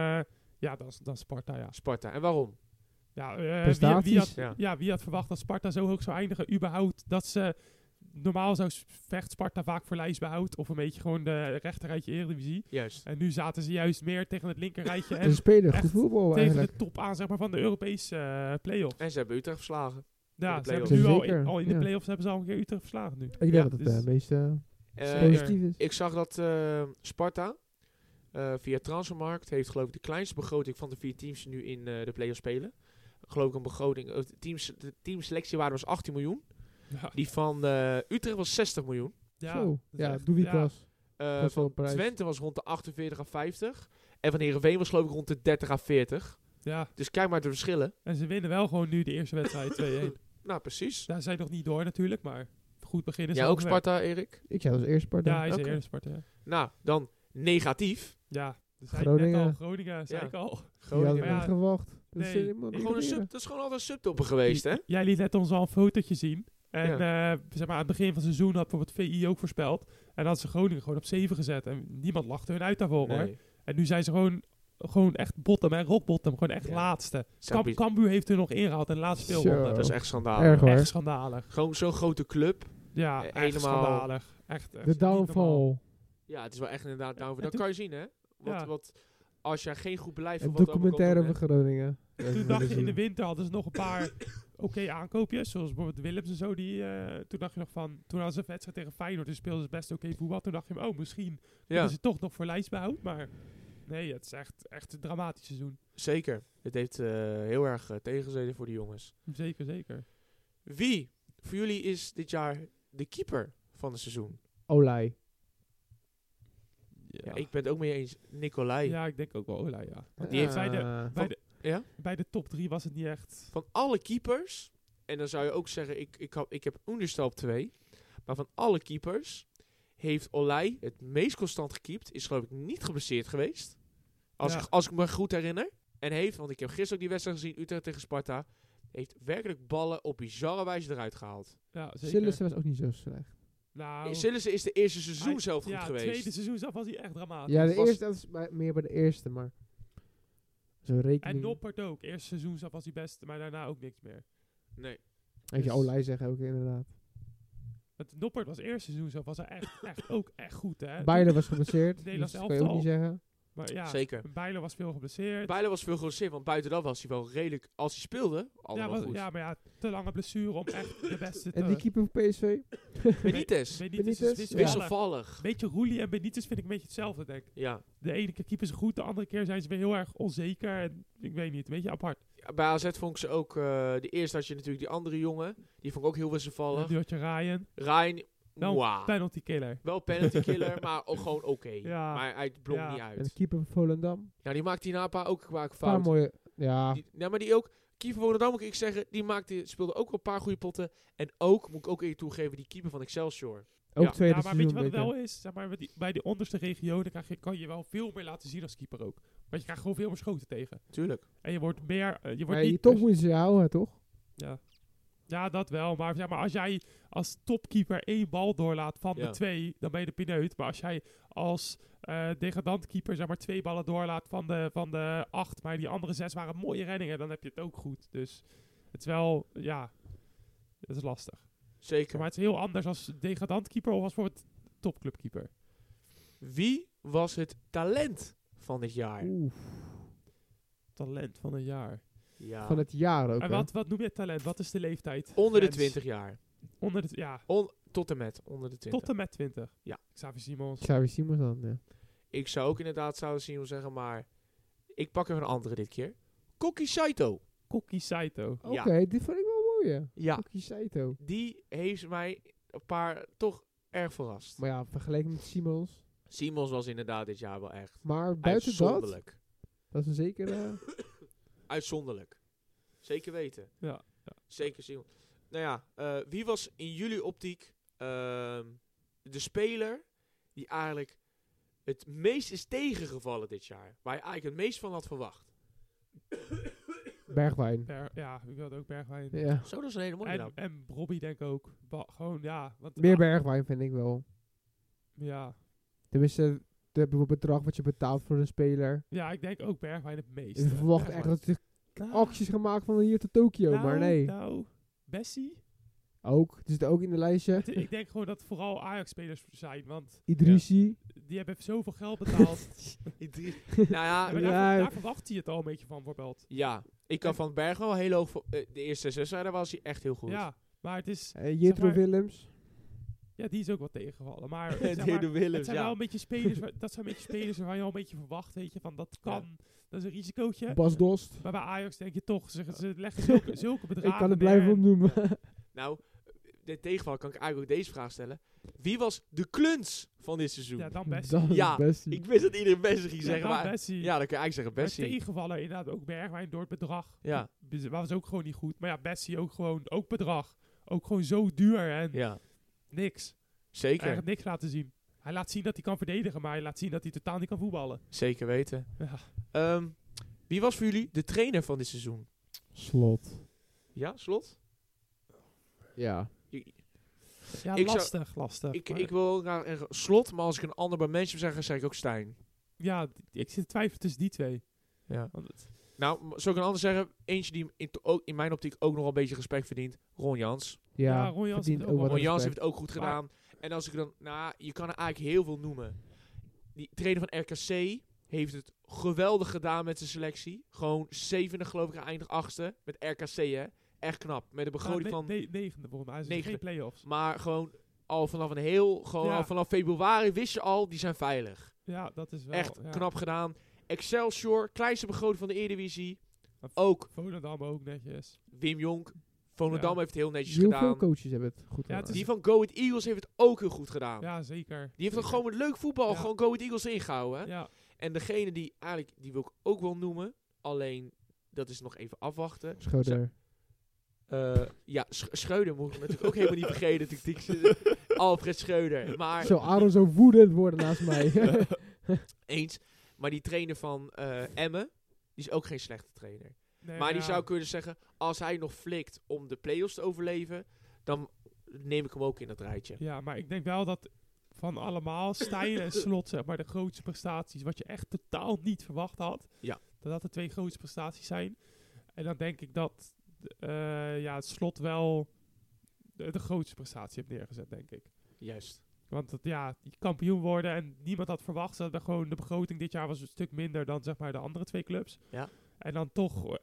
Ja, dan Sparta, ja. Sparta. En waarom? Ja, Prestaties. wie had verwacht dat Sparta zo hoog zou eindigen? Überhaupt dat ze... Normaal zou vecht Sparta vaak voor lijstbehoud. Of een beetje gewoon de rechterrijtje Eredivisie. Juist. En nu zaten ze juist meer tegen het linkerrijtje. Ze En spelen echt goed voetbal tegen eigenlijk. de top aan, zeg maar, van de Europese play-offs. En ze hebben Utrecht verslagen. Ja, de ze hebben play-offs. nu Zeker, al in de ja. play-offs hebben ze al een keer Utrecht verslagen nu. Ik denk Ja, dat het dus- het meeste Zeker. positief is. Ik zag dat Sparta via Transfermarkt heeft geloof ik de kleinste begroting van de 4 teams die nu in de play-offs spelen. Geloof ik een begroting, de teamselectiewaarde was 18 miljoen. Ja, Die van Utrecht was 60 miljoen. Zo. dat is Ja, echt- doe wie ja. was. Eh, Dat is wel van een prijs. Twente was rond de 48 à 50. En van Heerenveen was geloof ik rond de 30 à 40. Ja, Dus kijk maar de verschillen. en ze winnen wel gewoon nu de eerste wedstrijd 2-1. Nou, precies. Daar zijn nog niet door natuurlijk, maar goed beginnen. Jij ook Sparta, Erik? Ik zei als eerst Sparta. Ja, hij is Oké. de eerste Sparta. Ja, Nou, dan negatief. ja dat zei ik net Groningen. al. Groningen, zei Ja. ik al. Die hadden Groningen. Maar ja, niet gewacht. Dat nee, is helemaal ik- niet Gewoon proberen. dat is gewoon altijd een subtopper geweest, hè? Jij liet net ons al een fotootje zien. En zeg maar, aan het begin van het seizoen had bijvoorbeeld VI ook voorspeld. En had ze Groningen gewoon op 7 gezet. En niemand lachte hun uit daarvoor, hoor. Nee. En nu zijn ze gewoon echt bottom, hè, rock bottom. Gewoon echt Ja. laatste. Zou ik- Cambuur heeft er nog ingehaald in de laatste Zo. speelronde. Dat is echt schandalig. Erg hoor. Echt schandalig. Gewoon zo'n grote club. Ja, Helemaal- echt schandalig. Echt De niet normaal. downfall. Ja, het is wel echt inderdaad down. En Dat toen- kan je zien, hè? Ja. Wat als je geen goed beleid Een voor wat documentaire over over Groningen. Toen dacht je in de winter hadden ze nog een paar oké aankoopjes. Zoals bijvoorbeeld Willems en zo. Toen dacht je nog van... Toen hadden ze een wedstrijd tegen Feyenoord. Dus speelden ze best oké voetbal. Toen dacht je, misschien Ja, kunnen ze toch nog voor lijstbehoud. Maar nee, het is echt een dramatisch seizoen. zeker. Het heeft heel erg tegengezeten voor die jongens. Zeker, zeker. Wie voor jullie is dit jaar de keeper van het seizoen? Olij. Ja, ik ben het ook mee eens. Nicolai. Ja, ik denk ook wel Ola, ja. Die heeft bij de Ja? Bij de top 3 was het niet echt... Van alle keepers, en dan zou je ook zeggen, ik heb Oenerstal op 2. Maar van alle keepers heeft Olij het meest constant gekiept. Is geloof ik niet geblesseerd geweest. Als ik me goed herinner. En heeft, want ik heb gisteren ook die wedstrijd gezien, Utrecht tegen Sparta. Heeft werkelijk ballen op bizarre wijze eruit gehaald. Ja, zeker. Sillissen was ook niet zo slecht. Nou, Sillissen is de eerste seizoen zelf goed ja, geweest. tweede seizoen zelf was hij echt dramatisch. Ja, de was- eerste, dat is meer bij de eerste, maar... Zo'n En rekening... Noppert ook. Eerste seizoen zelf was hij best, maar daarna ook niks meer. Nee. Weet je, dus- Olij zeggen ook inderdaad. Het Noppert was eerste seizoen zelf was hij echt goed, hè. Bijlen was geblesseerd, dus Nederlands dat kan je ook niet zeggen. Maar ja, Zeker. Bijler was veel geblesseerd. Bijlen was veel geblesseerd, want buiten dat was hij wel redelijk... Als hij speelde, allemaal goed. Ja, maar ja, te lange blessure om echt de beste te... En die keeper van PSV? Benitez. Benitez Benitez? is Ja. Wisselvallig. Beetje Roelie en Benitez vind ik een beetje hetzelfde, denk ik. Ja. De ene keer keepen ze goed, de andere keer zijn ze weer heel erg onzeker. En ik weet niet, een beetje apart. Ja, bij AZ vond ik ze ook... de eerste had je natuurlijk die andere jongen. Die vond ik ook heel wisselvallig. Nu had je Ryan, Ryan... Wel mwah. penalty killer. Wel penalty killer, maar ook gewoon oké. Ja. Maar hij blonk Ja. niet En de uit. keeper van Volendam? Ja, die maakte hierna een paar ook vaak Een paar fouten. mooie... Ja, Maar die ook... Keeper van Volendam moet ik zeggen, speelde ook wel een paar goede potten. En ook, moet ik ook even toegeven, die keeper van Excelsior. ook Ja. tweede Ja, maar weet je seizoen. wat het beter. wel is? Zeg maar, bij die onderste regionen kan je wel veel meer laten zien als keeper ook. Want je krijgt gewoon veel meer schoten tegen. Tuurlijk. En je wordt meer... je wordt Maar niet... toch moeten ze je houden, toch? Ja, dat wel. Maar zeg maar, als jij als topkeeper 1 bal doorlaat van Ja. de 2, dan ben je de pineut. Maar als jij als degradantkeeper zeg maar 2 ballen doorlaat van de 8, maar die andere 6 waren mooie reddingen, dan heb je het ook goed. Dus het is wel, ja, het is lastig. Zeker. Maar het is heel anders als degradantkeeper of als voor het topclubkeeper. Wie was het talent van dit jaar? Oeh, Talent van een jaar. Ja. van het jaar ook, En hè? wat noem je talent? Wat is de leeftijd? Onder de Grens? 20 jaar. Onder de, ja, Tot en met onder de 20. tot en met 20. Ja. Xavier Simons. Xavier Simons dan, ja. Ik zou ook inderdaad zouden zien zeggen, maar ik pak even een andere dit keer. Koki Saito. Koki Saito. Oké, Ja. dit vond ik wel mooi, ja. Ja, Koki Saito. die heeft mij een paar toch erg verrast. Maar ja, vergeleken met Simons. Simons was inderdaad dit jaar wel echt Maar buiten dat, uitzonderlijk. dat is een zeker... Uitzonderlijk. Zeker weten. Ja. Zeker Simons. Nou ja, wie was in jullie optiek de speler die eigenlijk het meest is tegengevallen dit jaar? Waar je eigenlijk het meest van had verwacht? Bergwijn. Ja, ik wilde ook Bergwijn. Ja. Zo, dat is een hele mooie naam. En Robbie denk ik ook. Gewoon, ja. Want, Meer Bergwijn vind ik wel. Ja. Tenminste, het bedrag wat je betaalt voor een speler. Ja, ik denk ook Bergwijn het meest. Ik verwacht echt dat hij acties gaat maken van hier tot Tokio, maar nee. Nou, Bessie? Ook. Het zit ook in de lijstje. Ik denk gewoon dat het vooral Ajax-spelers zijn, want Idrissi. die hebben zoveel geld betaald. Nou ja, Ja, maar daar verwacht hij het al een beetje van, bijvoorbeeld. ja, ik kan van Bergen wel heel hoog... de eerste 6 wedstrijden was hij echt heel goed. Ja, maar het is... Jethro zeg maar- Willems. Ja, die is ook wat tegengevallen. Maar, En zeg de maar Willems, het zijn ja. wel een beetje spelers... dat zijn een beetje spelers waarvan je al een beetje verwacht, weet je, van dat kan... Dat is een risicootje. Bas Dost. Maar bij Ajax denk je toch, ze leggen zulke bedragen Ik kan het neer. blijven opnoemen. Nou, de tegenval kan ik eigenlijk ook deze vraag stellen. Wie was de kluns van dit seizoen? Ja, dan Bessie. Dan Ja, Bessie. Ik wist dat iedereen Bessie ging Ja, zeggen, dan maar... Bessie. Ja, dan kan je eigenlijk zeggen Maar Bessie. tegenvallen inderdaad ook Bergwijn door het bedrag. Ja. Was ook gewoon niet goed. Maar ja, Bessie ook gewoon, ook bedrag. Ook gewoon zo duur en Ja, niks. zeker. Eigenlijk niks laten zien. Hij laat zien dat hij kan verdedigen, maar hij laat zien dat hij totaal niet kan voetballen. Zeker weten. Ja. Wie was voor jullie de trainer van dit seizoen? Slot. Ja, Slot? Ja. Ja, Ik zou- lastig. Maar- Ik wil graag zeggen Slot, maar als ik een ander bij mensen zou zeggen, zeg ik ook Stijn. Ja, ik zit te twijfelen tussen die twee. Ja. Want het- Nou, zou ik een ander zeggen? Eentje die in mijn optiek ook nog wel een beetje respect verdient. Ron Jans. Ja, Ron Jans verdient heeft ook ook wat Ron Jans respect. heeft het ook goed Maar- gedaan. En als ik dan... Nou, je kan er eigenlijk heel veel noemen. Die trainer van RKC heeft het geweldig gedaan met zijn selectie. Gewoon 7e geloof ik, eindig 8e. Met RKC, hè. Echt knap. Met een begroting van... negende volgens mij. Hij is Negende. geen play-offs. Maar gewoon al vanaf Ja. al vanaf februari wist je al, die zijn veilig. Ja, dat is wel... Echt ja. knap gedaan. Excelsior, kleinste begroting van de Eredivisie. Maar Ook Volendam ook netjes. Wim Jonk. Volendam Ja. heeft het heel netjes Heel veel gedaan. coaches hebben het goed Ja, gedaan. het is- Die van Go Ahead Eagles heeft het ook heel goed gedaan. Ja, zeker. Die heeft Zeker. er gewoon met leuk voetbal Ja. gewoon Go Ahead Eagles ingehouden. Hè? Ja, En degene die eigenlijk, die wil ik ook wel noemen. Alleen, dat is nog even afwachten. Schroeder. Schreuder moet ik natuurlijk ook helemaal niet vergeten. Alfred Schreuder. Maar Zo, Aaron zou woedend worden naast mij. eens. Maar die trainer van Emmen, die is ook geen slechte trainer. Nee, Maar die zou kunnen zeggen, als hij nog flikt om de play-offs te overleven, dan neem ik hem ook in dat rijtje. Ja, maar ik denk wel dat van allemaal Stijn en Slot, zeg maar, de grootste prestaties, wat je echt totaal niet verwacht had, Ja. dat de 2 grootste prestaties zijn. En dan denk ik dat Slot wel de grootste prestatie heeft neergezet, denk ik. Juist. Want die kampioen worden en niemand had verwacht dat gewoon de begroting dit jaar was een stuk minder dan zeg maar de andere 2 clubs. Ja. En dan toch,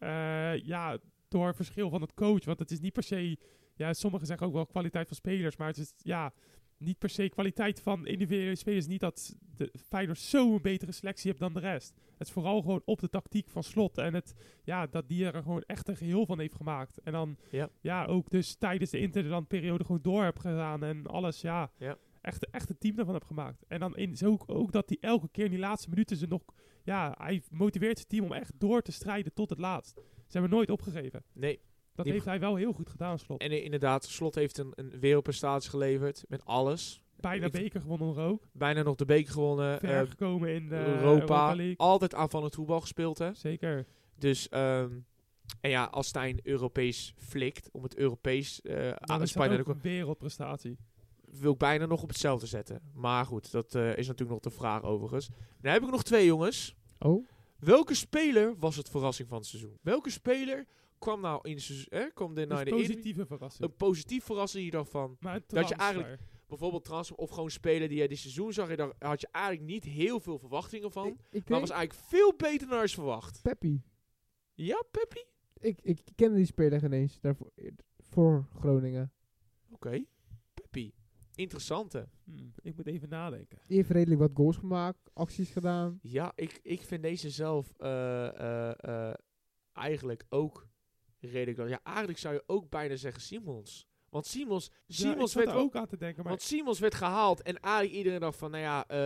door verschil van het coach, want het is niet per se, sommigen zeggen ook wel kwaliteit van spelers, maar het is niet per se kwaliteit van individuele spelers. Niet dat de Feyenoord zo'n betere selectie heeft dan de rest. Het is vooral gewoon op de tactiek van Slot en dat die er gewoon echt een geheel van heeft gemaakt. En dan ook dus tijdens de interlandperiode gewoon door heb gedaan en alles, echt een team ervan heb gemaakt. En dan ook dat hij elke keer in die laatste minuten hij motiveert zijn team om echt door te strijden tot het laatst. Ze hebben nooit opgegeven. Nee. Dat heeft hij wel heel goed gedaan, Slot. En inderdaad, Slot heeft een wereldprestatie geleverd met alles. Bijna beker gewonnen nog ook. Bijna nog de beker gewonnen. Ver gekomen in de Europa League. Altijd aanvallend voetbal gespeeld, hè? Zeker. Dus, als Stijn Europees flikt, om het Europees Dat is ook een wereldprestatie. wil ik bijna nog op hetzelfde zetten. Maar goed, dat is natuurlijk nog de vraag overigens. Dan heb ik nog 2 jongens. Oh? Welke speler was het verrassing van het seizoen? Welke speler kwam nou in het seizoen, kwam er naar Een de positieve verrassing. een positief verrassing hier dan van? Maar een dat je transfer. eigenlijk bijvoorbeeld transfer of gewoon speler die je dit seizoen zag, daar had je eigenlijk niet heel veel verwachtingen van. Ik Maar denk was eigenlijk veel beter dan is verwacht. Peppi. Ja, Peppi? Ik kende die speler geen eens daarvoor, voor Groningen. Oké. Peppi. Interessante. Ik moet even nadenken. Die heeft redelijk wat goals gemaakt, acties gedaan. Ja, ik vind deze zelf eigenlijk ook redelijk. Ja, eigenlijk zou je ook bijna zeggen Simons. Want Simons werd er ook aan te denken. Maar Want Simons werd gehaald en eigenlijk iedereen dacht van,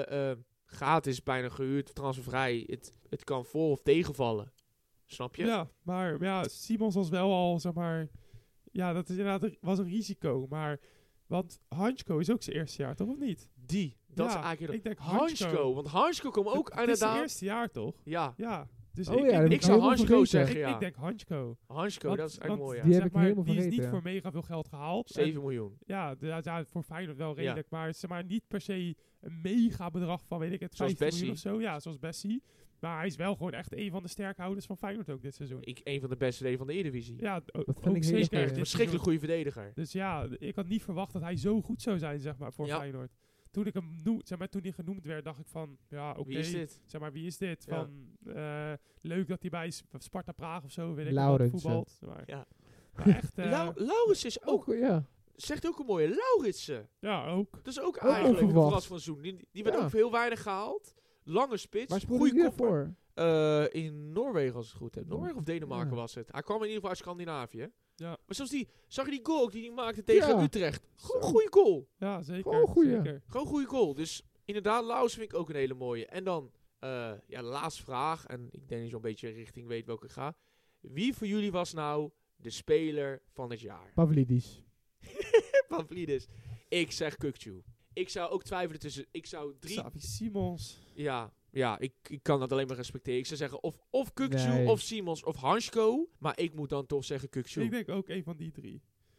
gratis, bijna gehuurd, transfervrij. Het kan voor of tegenvallen. Snap je? ja, maar Simons was wel al, zeg maar... Ja, dat is inderdaad was een risico. Maar... Want Hansko is ook zijn eerste jaar, toch? Of niet? Dat is eigenlijk... Ik denk Hansko. Want Hansko kwam ook het is zijn inderdaad... eerste jaar, toch? Ja. Ja. Dus Oh ja, dat heb ik zou helemaal Hansko vergeten. zeggen, ja. Ik denk Hansko. Hansko, dat is eigenlijk mooi, ja. Die heb Zeg ik maar, helemaal die is vergeten, niet ja. voor mega veel geld gehaald. 7 miljoen. Ja, voor Feyenoord wel redelijk. Maar zeg maar niet per se een mega bedrag van, weet ik het, Zoals 15 miljoen Bessie. of zo. Ja, zoals Bessie. Maar hij is wel gewoon echt een van de sterkhouders van Feyenoord ook dit seizoen. Een van de beste leden van de Eredivisie. Ja, Dat vind ook ik heel zeker. erg dit goed. Verschrikkelijk goede verdediger. Dus ja, ik had niet verwacht dat hij zo goed zou zijn, zeg maar, voor Ja. Feyenoord. Toen hij genoemd werd, dacht ik van, ja, oké. Wie is dit? Zeg maar, wie is dit? Ja. Van, leuk dat hij bij Sparta Praag of zo, weet ik Laurens, wat, voetbalt. Maar, Ja. maar echt, Laurits is ook... Ja. Zegt ook een mooie Lauritsen. ja, ook. Dat is ook Ook eigenlijk een onverwacht. verrassing van het seizoen. Die werd Ja. ook heel weinig gehaald. Lange spits. Waar speelde Goeie hij kopper. voor? In Noorwegen, als ik het goed heb. Noorwegen of Denemarken Ja. was het. Hij kwam in ieder geval uit Scandinavië. Ja. Maar zoals zag je die goal ook die hij maakte tegen Ja. Utrecht? Gewoon Zo. een goede goal. Ja, zeker. Gewoon goeie. Zeker. Gewoon een goede goal. Dus inderdaad, Laus vind ik ook een hele mooie. En dan, de laatste vraag. En ik denk dat je zo'n beetje richting weet welke ik ga. Wie voor jullie was nou de speler van het jaar? Pavlidis. Pavlidis. Ik zeg Kukçu. Ik zou ook twijfelen tussen... Ik zou 3... Xavi Simons. Ja, ik kan dat alleen maar respecteren. Ik zou zeggen of Kukçu, Nee. of Simons, of Hansko. Maar ik moet dan toch zeggen Kukçu. Ik denk ook een van die 3.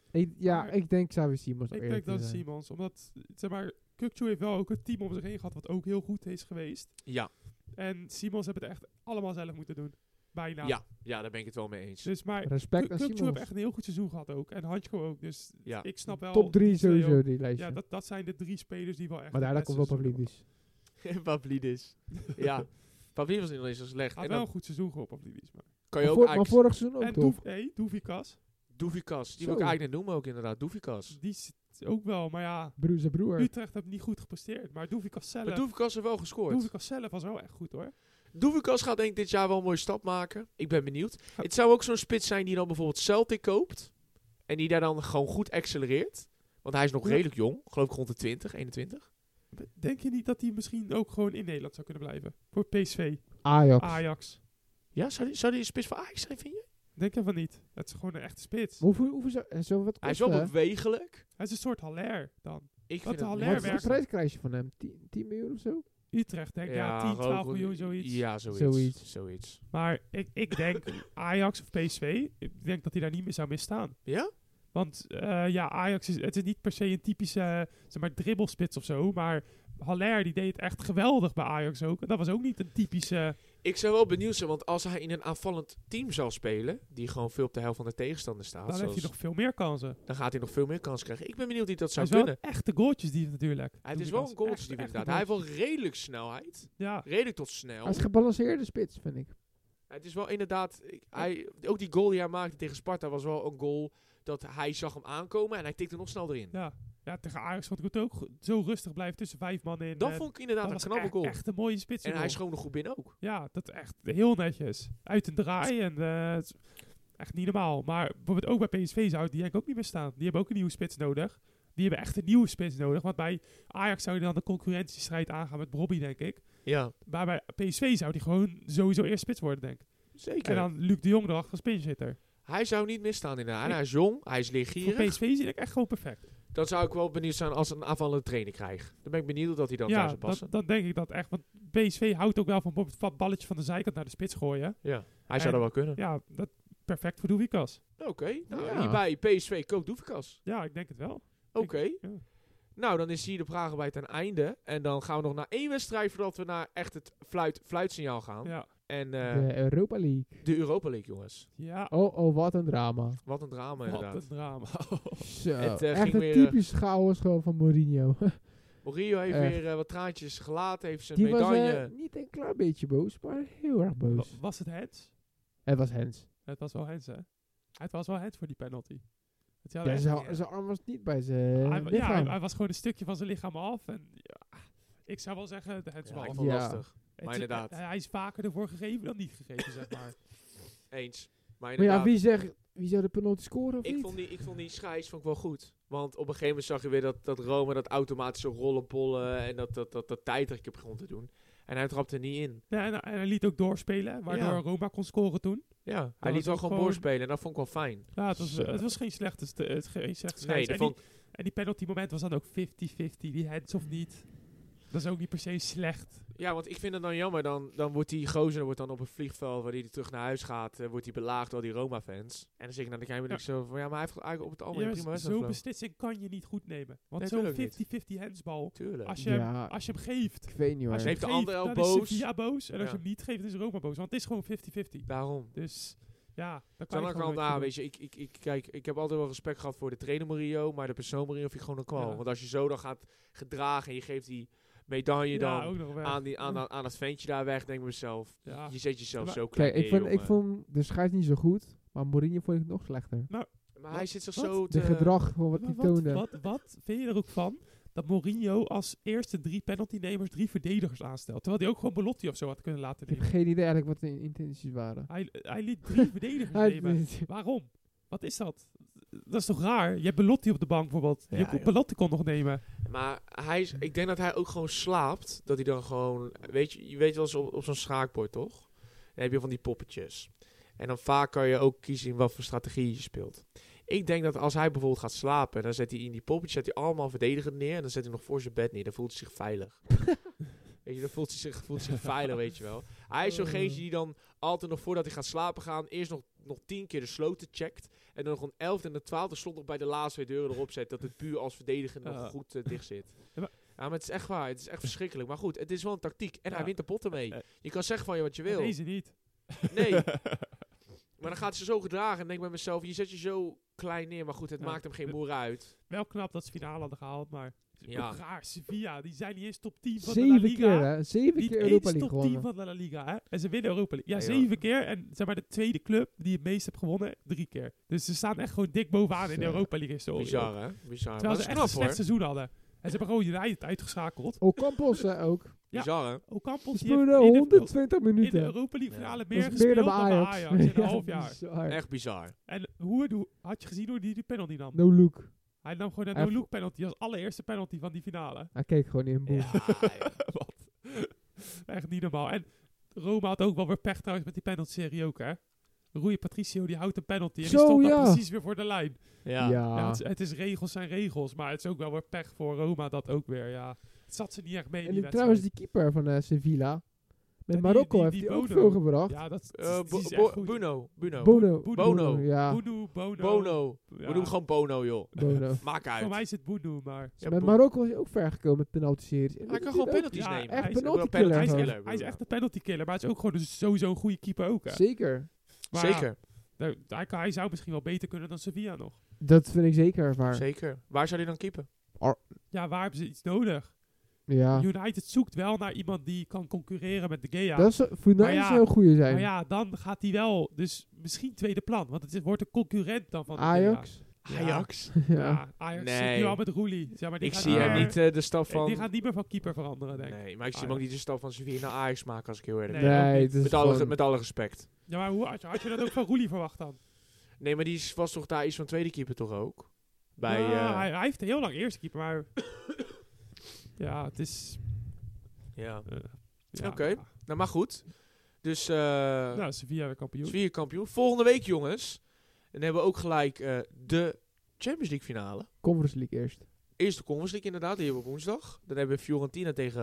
Ik denk Xavi Simons. om Ik eerlijk denk te dat zijn. Simons. Omdat, zeg maar, Kukçu heeft wel ook een team om zich heen gehad wat ook heel goed is geweest. Ja. En Simons hebben het echt allemaal zelf moeten doen. Bijna. Ja, daar ben ik het wel mee eens. Dus maar Respect aan Kukçu heeft Simons. echt een heel goed seizoen gehad ook. En Hansko ook. Dus Ja. ik snap wel... Top 3 die twee sowieso, ook. die lijstje. Ja, dat zijn de 3 spelers die wel echt... Maar daarna het komt wel beste seizoen Pavlidis. Pavlidis. Ja. Pavlidis was niet eens zo slecht. Had En wel dan een goed seizoen gehad, Pavlidis. Maar. kan je ook Maar eigenlijk... vorig seizoen ook En toch? Doevikas. Doevikas. Die Zo. wil ik eigenlijk net noemen ook inderdaad. Doevikas. Die zit ook wel, maar ja... Zijn broer. Utrecht heeft niet goed gepresteerd. Maar Doevikas zelf... Maar Doevikas heeft wel gescoord. Doevikas zelf was wel echt goed, hoor. Doevikas gaat denk ik dit jaar wel een mooie stap maken. Ik ben benieuwd. Het zou ook zo'n spits zijn die dan bijvoorbeeld Celtic koopt. En die daar dan gewoon goed accelereert. Want hij is nog Ja. redelijk jong. Geloof ik rond de 20, 21. Denk je niet dat hij misschien ook gewoon in Nederland zou kunnen blijven? Voor PSV, Ajax. Ajax. Ja, zou die een spits voor Ajax zijn, vind je? Denk je van niet? Het is gewoon een echte spits. Hoeveel zo wat Hij is wel kost, bewegelijk. Hij is een soort Haller dan. Ik Wat vind het Haller Wat voor werkt. prijs krijg je van hem? 10 miljoen of zo? Utrecht denk ik, ja, 10, 12 miljoen, zoiets. Ja, zoiets. Zoiets. Maar ik denk Ajax of PSV, ik denk dat hij daar niet meer zou misstaan. Ja? Want Ajax het is niet per se een typische zeg maar, dribbelspits of zo. Maar Haller die deed het echt geweldig bij Ajax ook. En dat was ook niet een typische... Ik zou wel benieuwd zijn, want als hij in een aanvallend team zou spelen, die gewoon veel op de helft van de tegenstander staat, Dan heeft hij nog veel meer kansen. dan gaat hij nog veel meer kansen krijgen. Ik ben benieuwd of hij dat Hij zou is wel kunnen. echte goaltjes die natuurlijk. Het is wel een goaltje die inderdaad. Hij heeft wel redelijk snelheid. Ja, Redelijk tot snel. Hij is gebalanceerde spits, vind ik. Het is wel inderdaad... ook die goal die hij maakte tegen Sparta was wel een goal dat hij zag hem aankomen en hij tikte nog snel erin. ja, tegen Ajax vond ik het ook zo rustig blijven tussen 5 man in. Dat vond ik inderdaad dat een was knappe goal. echt een mooie spits. En hij schoon er goed binnen ook. Ja, dat echt heel netjes. Uit een draai en het is echt niet normaal. Maar bijvoorbeeld ook bij PSV zou die eigenlijk ook niet meer staan. Die hebben ook een nieuwe spits nodig. Die hebben echt een nieuwe spits nodig. Want bij Ajax zou je dan de concurrentiestrijd aangaan met Bobby, denk ik. Ja, Maar bij PSV zou die gewoon sowieso eerst spits worden, denk ik. zeker. En dan Luc de Jong erachter als pinchitter. Hij zou niet misstaan inderdaad. En hij is jong, hij is Voor leergierig. PSV zie ik echt gewoon perfect. Dan zou ik wel benieuwd zijn als een aanvallende trainer krijg. Dan ben ik benieuwd dat hij dan thuis zou passen. dan denk ik dat echt. Want PSV houdt ook wel van bijvoorbeeld van balletje van de zijkant naar de spits gooien. Ja, hij zou dat wel kunnen. Ja, dat perfect voor Doevikas. Oké, nou Ja. hierbij PSV koopt Doevikas. Ja, ik denk het wel. Oké. Ja. Nou, dan is hier de vragen bij ten einde. En dan gaan we nog naar 1 wedstrijd voordat we naar echt het fluitsignaal gaan. Ja. En De Europa League. de Europa League, jongens. Ja. Oh, wat een drama. Wat een drama Wat inderdaad. een drama. Zo, Het, echt ging een weer, typisch chaos gewoon van Mourinho. Mourinho heeft Echt. weer wat traantjes gelaten. Heeft zijn Die was medaille. niet een klein beetje boos, maar heel erg boos. Was het Hens? Het was Hens. Het was wel Hens, hè? Het was wel Hens voor die penalty. Het Ja, echt- zijn arm was niet bij zijn hij, lichaam. hij was gewoon een stukje van zijn lichaam af. En ja, ik zou wel zeggen, de Hens Ja, wel. ik vond het Ja. lastig. Het Maar is- inderdaad. hij is vaker ervoor gegeven dan niet gegeven, zeg maar. Eens. Maar Maar ja, inderdaad. wie zou de penalty scoren of Ik niet? vond die scheids vond ik wel goed. Want op een gegeven moment zag je weer dat Rome dat automatische rollen, bollen en dat tijdruk begon te doen. En hij trapte niet in. Ja, en hij liet ook doorspelen, waardoor Ja. Roma kon scoren toen. Ja, hij was liet wel ook gewoon gewoon- doorspelen en dat vond ik wel fijn. Ja, Zo. het was geen slechte, geen slechte Nee, scheids. dat en, vond, die penalty moment was dan ook 50-50, die Hens of niet. Dat is ook niet per se slecht. ja, want ik vind het dan jammer. Dan wordt die gozer wordt dan op een vliegveld waar hij terug naar huis gaat, wordt hij belaagd door die Roma-fans. En dan zeg ik naar de kijker en ik zo van ja, maar hij heeft eigenlijk op het algemeen Ja, prima wedstrijd Zo'n gefloten. beslissing kan je niet goed nemen. Want Nee, zo'n tuurlijk niet. 50-50 hensbal, Tuurlijk. als je, Ja. als je hem geeft, Ik weet niet hoor. als je heeft hem de geeft, andere ook dan is boos. Sevilla boos. En als Ja. je hem niet geeft, is Roma boos. Want het is gewoon 50-50. Daarom. Dus ja, dan Aan de kan je andere kant, gewoon weet je, ik heb altijd wel respect gehad voor de trainer Mourinho, maar de persoon Mourinho vind ik gewoon een kwal. Ja. Want als je zo dan gaat gedragen en je geeft die medaille dan ook nog weg. aan dat ventje daar weg, denk ik mezelf, Ja. je zet jezelf Maar- zo klein Kijk, neer, ik jongen. vond de scheids niet zo goed, maar Mourinho vond ik nog slechter. Maar hij zit zich Wat? zo De gedrag van wat hij Maar toonde. wat vind je er ook van dat Mourinho als eerste 3 penaltynemers 3 verdedigers aanstelt? Terwijl hij ook gewoon Belotti of zo had kunnen laten Ik heb nemen. geen idee eigenlijk wat de intenties waren. Hij liet 3 verdedigers nemen. Waarom? Wat is dat? Dat is toch raar? Je hebt Belotti op de bank bijvoorbeeld. Ja, je hebt joh. Belotti kon nog nemen. Maar ik denk dat hij ook gewoon slaapt. Dat hij dan gewoon... je weet wel eens op zo'n schaakbord, toch? Dan heb je van die poppetjes. En dan vaak kan je ook kiezen in wat voor strategie je speelt. Ik denk dat als hij bijvoorbeeld gaat slapen... dan zet hij in die poppetjes zet hij allemaal verdedigend neer... en dan zet hij nog voor zijn bed neer. Dan voelt hij zich veilig. Weet je, dan voelt hij zich veilig, weet je wel. Hij is zo'n geestje die dan altijd nog voordat hij gaat slapen gaan... eerst nog 10 keer de sloten checkt... en dan nog een 11e en de 12e slot nog bij de laatste 2 deuren erop zet... dat het puur als verdediger nog goed dicht zit. Ja, Maar het is echt waar. Het is echt verschrikkelijk. Maar goed, het is wel een tactiek. En Ja. hij wint de potten mee. Je kan zeggen van je wat je wil. Deze niet. Nee. Maar dan gaat ze zo gedragen en denk bij mezelf... je zet je zo klein neer. Maar goed, het Ja. maakt hem geen moer uit. Wel knap dat ze finale hadden gehaald, maar Ja. ook raar. Sevilla, die zijn niet eens top 10 van de La 7 Liga. keer, hè? 7 Niet keer Europa eens League top 10 gewonnen. van de La Liga, hè? En ze winnen Europa League. Ja, Ja, joh. 7 keer. En zeg maar de tweede club die het meest heeft gewonnen, 3 keer. Dus ze staan echt gewoon dik bovenaan in de Zo. Europa League historie. Bizar, hè? Bizar. Maar Terwijl dat ze is echt knap, een slecht hoor. seizoen hadden. En ze hebben gewoon United uitgeschakeld. Ocampos ook. Ja. Bizar, hè? Ocampos Die die heeft speelde in de 120 in de minuten. Europa League Ja. finale Dat meer is gespeeld meer dan dan bij Ajax. Ajax in een Ja, half jaar. bizar. Echt bizar. En had je gezien hoe die penalty nam? No look. Hij nam gewoon een Hij no-look penalty als allereerste penalty van die finale. Hij keek gewoon in boel. Ja, Wat? Echt niet normaal. En Roma had ook wel weer pech trouwens met die penalty-serie ook, hè? Rui Patricio die houdt een penalty. En Zo, die stond dan ja. precies weer voor de lijn. Ja. Ja, het is regels zijn regels. Maar het is ook wel weer pech voor Roma dat ook weer. Ja. Het zat ze niet echt mee in En die die, trouwens, wedstrijd. die keeper van Sevilla. Met Ja, Marokko die heeft hij ook Bono. veel gebracht. Ja, die is Bo- echt goed. Bono. Bono. Ja, Bono. Bono. Ja. We noemen hem gewoon Bono, joh. Bono. Maak uit. Voor mij is het Bono, maar... Ja, Met Bo- Marokko was hij ook ver gekomen met penalty-series. En Hij dat kan doet gewoon ook. penalties Ja, nemen. echt hij is- penalty Penalty killer. Hij is, gewoon. echt, hij is echt een penalty killer, maar het is ook gewoon sowieso een goede keeper ook. Hè. Zeker. Maar ja, Zeker. hij zou misschien wel beter kunnen dan Sevilla nog. Dat vind ik zeker waar. Zeker. Waar zou hij dan keepen? Ja, waar hebben ze iets nodig? Ja. United zoekt wel naar iemand die kan concurreren met De Gea. Dat is, voor mij Maar ja, zou een goede zijn. Maar ja, dan gaat hij wel, dus misschien tweede plan. Want het wordt een concurrent dan van De Gea. Ajax. Ja. Ajax? Ja. Ja, Ajax zit Nee. nu al met Roelie. Zeg maar, die Ik gaat zie niet hem meer- niet de stap van... Die gaat niet meer van keeper veranderen, denk ik. Nee, maar ik zie hem Ajax. ook niet de stap van Sevilla naar Ajax maken, als ik heel eerlijk Nee, ben. ook Nee, niet. het is Met alle respect. Ja, maar hoe had je dat ook van Roelie verwacht dan? Nee, maar die was toch daar iets van tweede keeper toch ook? Bij, Ja, hij heeft heel lang eerste keeper, maar... ja, het is... ja. ja, Oké. Nou, maar goed. Dus Nou, Sevilla weer kampioen. Sevilla kampioen. Volgende week, jongens. Dan hebben we ook gelijk de Champions League finale. Conference League eerst. Eerst de Conference League inderdaad, die hebben we op woensdag. Dan hebben we Fiorentina tegen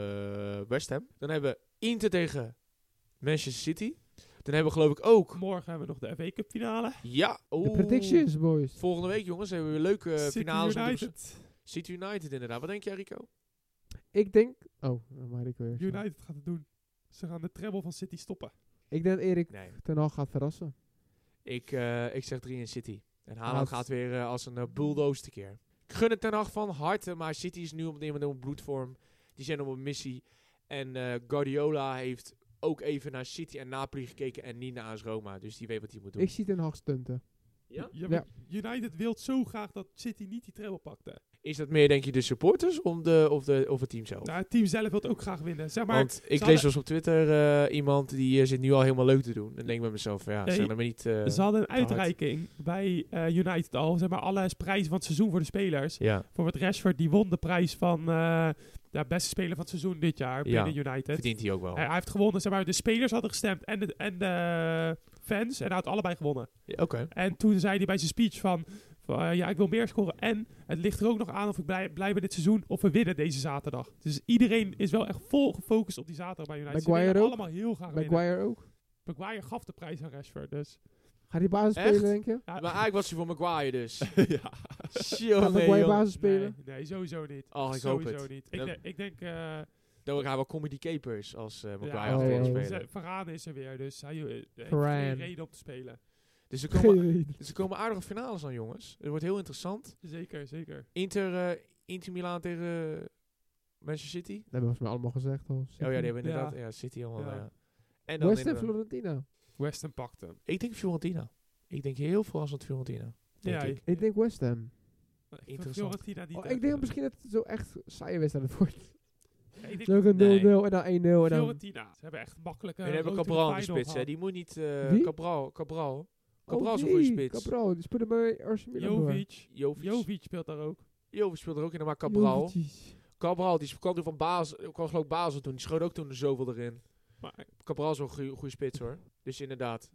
West Ham. Dan hebben we Inter tegen Manchester City. Dan hebben we geloof ik ook... Morgen hebben we nog de FA Cup finale. Ja, De predictions, boys. Volgende week, jongens, hebben we weer leuke City finales. United. City United, inderdaad. Wat denk jij, Rico? Ik denk... Oh, dan mag ik weer. United gaat het doen. Ze gaan de treble van City stoppen. Ik denk dat Erik Nee. ten Hag gaat verrassen. Ik zeg 3 in City. En Haaland Haaland. gaat weer als een bulldoze tekeer. Ik gun het Ten Hag van harte, maar City is nu op een bloedvorm. Die zijn op een missie. En Guardiola heeft ook even naar City en Napoli gekeken en niet naar AS Roma. Dus die weet wat hij moet doen. Ik zie ten Hag stunten. Ja? Ja, maar United wil zo graag dat City niet die treble pakte. Is dat meer, denk je, de supporters of het team zelf? Nou, het team zelf wil ook graag winnen. Zeg maar, Want ik ze lees dus op Twitter iemand die zit nu al helemaal leuk te doen. En denk bij mezelf van ja, Nee, zeg maar niet... ze hadden een hard. uitreiking bij United al. Zeg maar, alle prijzen van het seizoen voor de spelers. Ja, Bijvoorbeeld Rashford, die won de prijs van de beste speler van het seizoen dit jaar Ja, binnen United. verdient hij ook wel. Hij heeft gewonnen. Zeg maar, de spelers hadden gestemd en de fans. En hij had allebei gewonnen. Ja, Oké. En toen zei hij bij zijn speech van ja, ik wil meer scoren. En het ligt er ook nog aan of ik blijven dit seizoen of we winnen deze zaterdag. Dus iedereen is wel echt vol gefocust op die zaterdag bij United. Ze Maguire willen ook? allemaal heel graag winnen. Maguire ook. Maguire gaf de prijs aan Rashford. Dus Gaat hij basis Echt? spelen, denk je? ja, Maar eigenlijk was hij voor Maguire dus. ja. Gaat Jongen, Maguire jongen. basis spelen? Nee, sowieso niet. Oh, ik hoop Sowieso het. niet. Dan- Ik denk Dan gaan we wel comedy capers als Maguire ja, achterin oh, oh. spelen. Varane is er weer, dus hij heeft Varane. geen reden om te spelen. Dus er Geen komen, reden. dus er komen aardige finales aan, jongens. Het wordt heel interessant. Zeker, zeker. Inter Milan tegen Manchester City. Dat hebben we volgens mij allemaal gezegd al. Oh ja, die hebben Ja. inderdaad. Ja, City allemaal. Ja. Ja. En dan West Ham inderdaad- Florentina. West Ham pakt hem. Ik denk Fiorentina. Ik denk heel veel als het Fiorentina. Denk Ja, ik. Ik denk West Ham. Ik vind Interessant. Fiorentina niet Oh, echt, ik denk misschien dat het zo echt saaie wedstrijd wordt. Ja, ik denk Zo een 0-0 Nee. en dan 1-0 en dan... Fiorentina. Ze hebben echt makkelijke. En dan hebben we road to Cabral in de the final spits. Hè. gehad. Die moet niet... Wie? Cabral Oh, is een goede die, spits. Cabral, die speelde bij Arsenal Milan. Jovic. Jovic. Jovic speelt daar ook. Jovic speelt er ook in, maar Cabral. Jovicic. Cabral, die kwam toen van Basel. Kwam geloof ik Basel toen. Die schoot ook toen zoveel erin. Maar Cabral is wel een goede spits hoor. Dus inderdaad.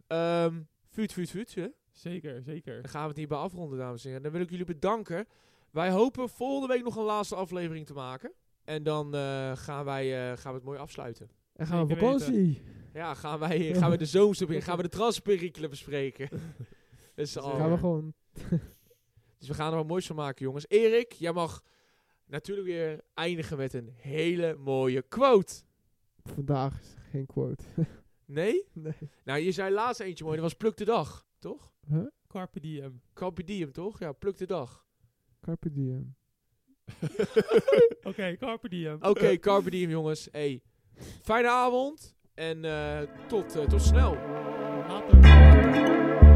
Vuut, hè? zeker, zeker. Dan gaan we het hierbij afronden, dames en heren. Dan wil ik jullie bedanken. Wij hopen volgende week nog een laatste aflevering te maken. En dan gaan we het mooi afsluiten. En gaan we op Zeker vakantie. Ja, gaan we de zomerstop in. Gaan we de transperikelen bespreken. Dus, Gaan we gewoon... dus we gaan er wat moois van maken, jongens. Erik, jij mag natuurlijk weer eindigen met een hele mooie quote. Vandaag is geen quote. Nee? Nee. Nou, je zei laatst eentje mooi. Dat was pluk de dag, toch? Huh? Carpe diem. Carpe diem, toch? Ja, pluk de dag. Carpe diem. Oké, Carpe diem. Oké, carpe diem, jongens. Hey, fijne avond. En tot snel. Later.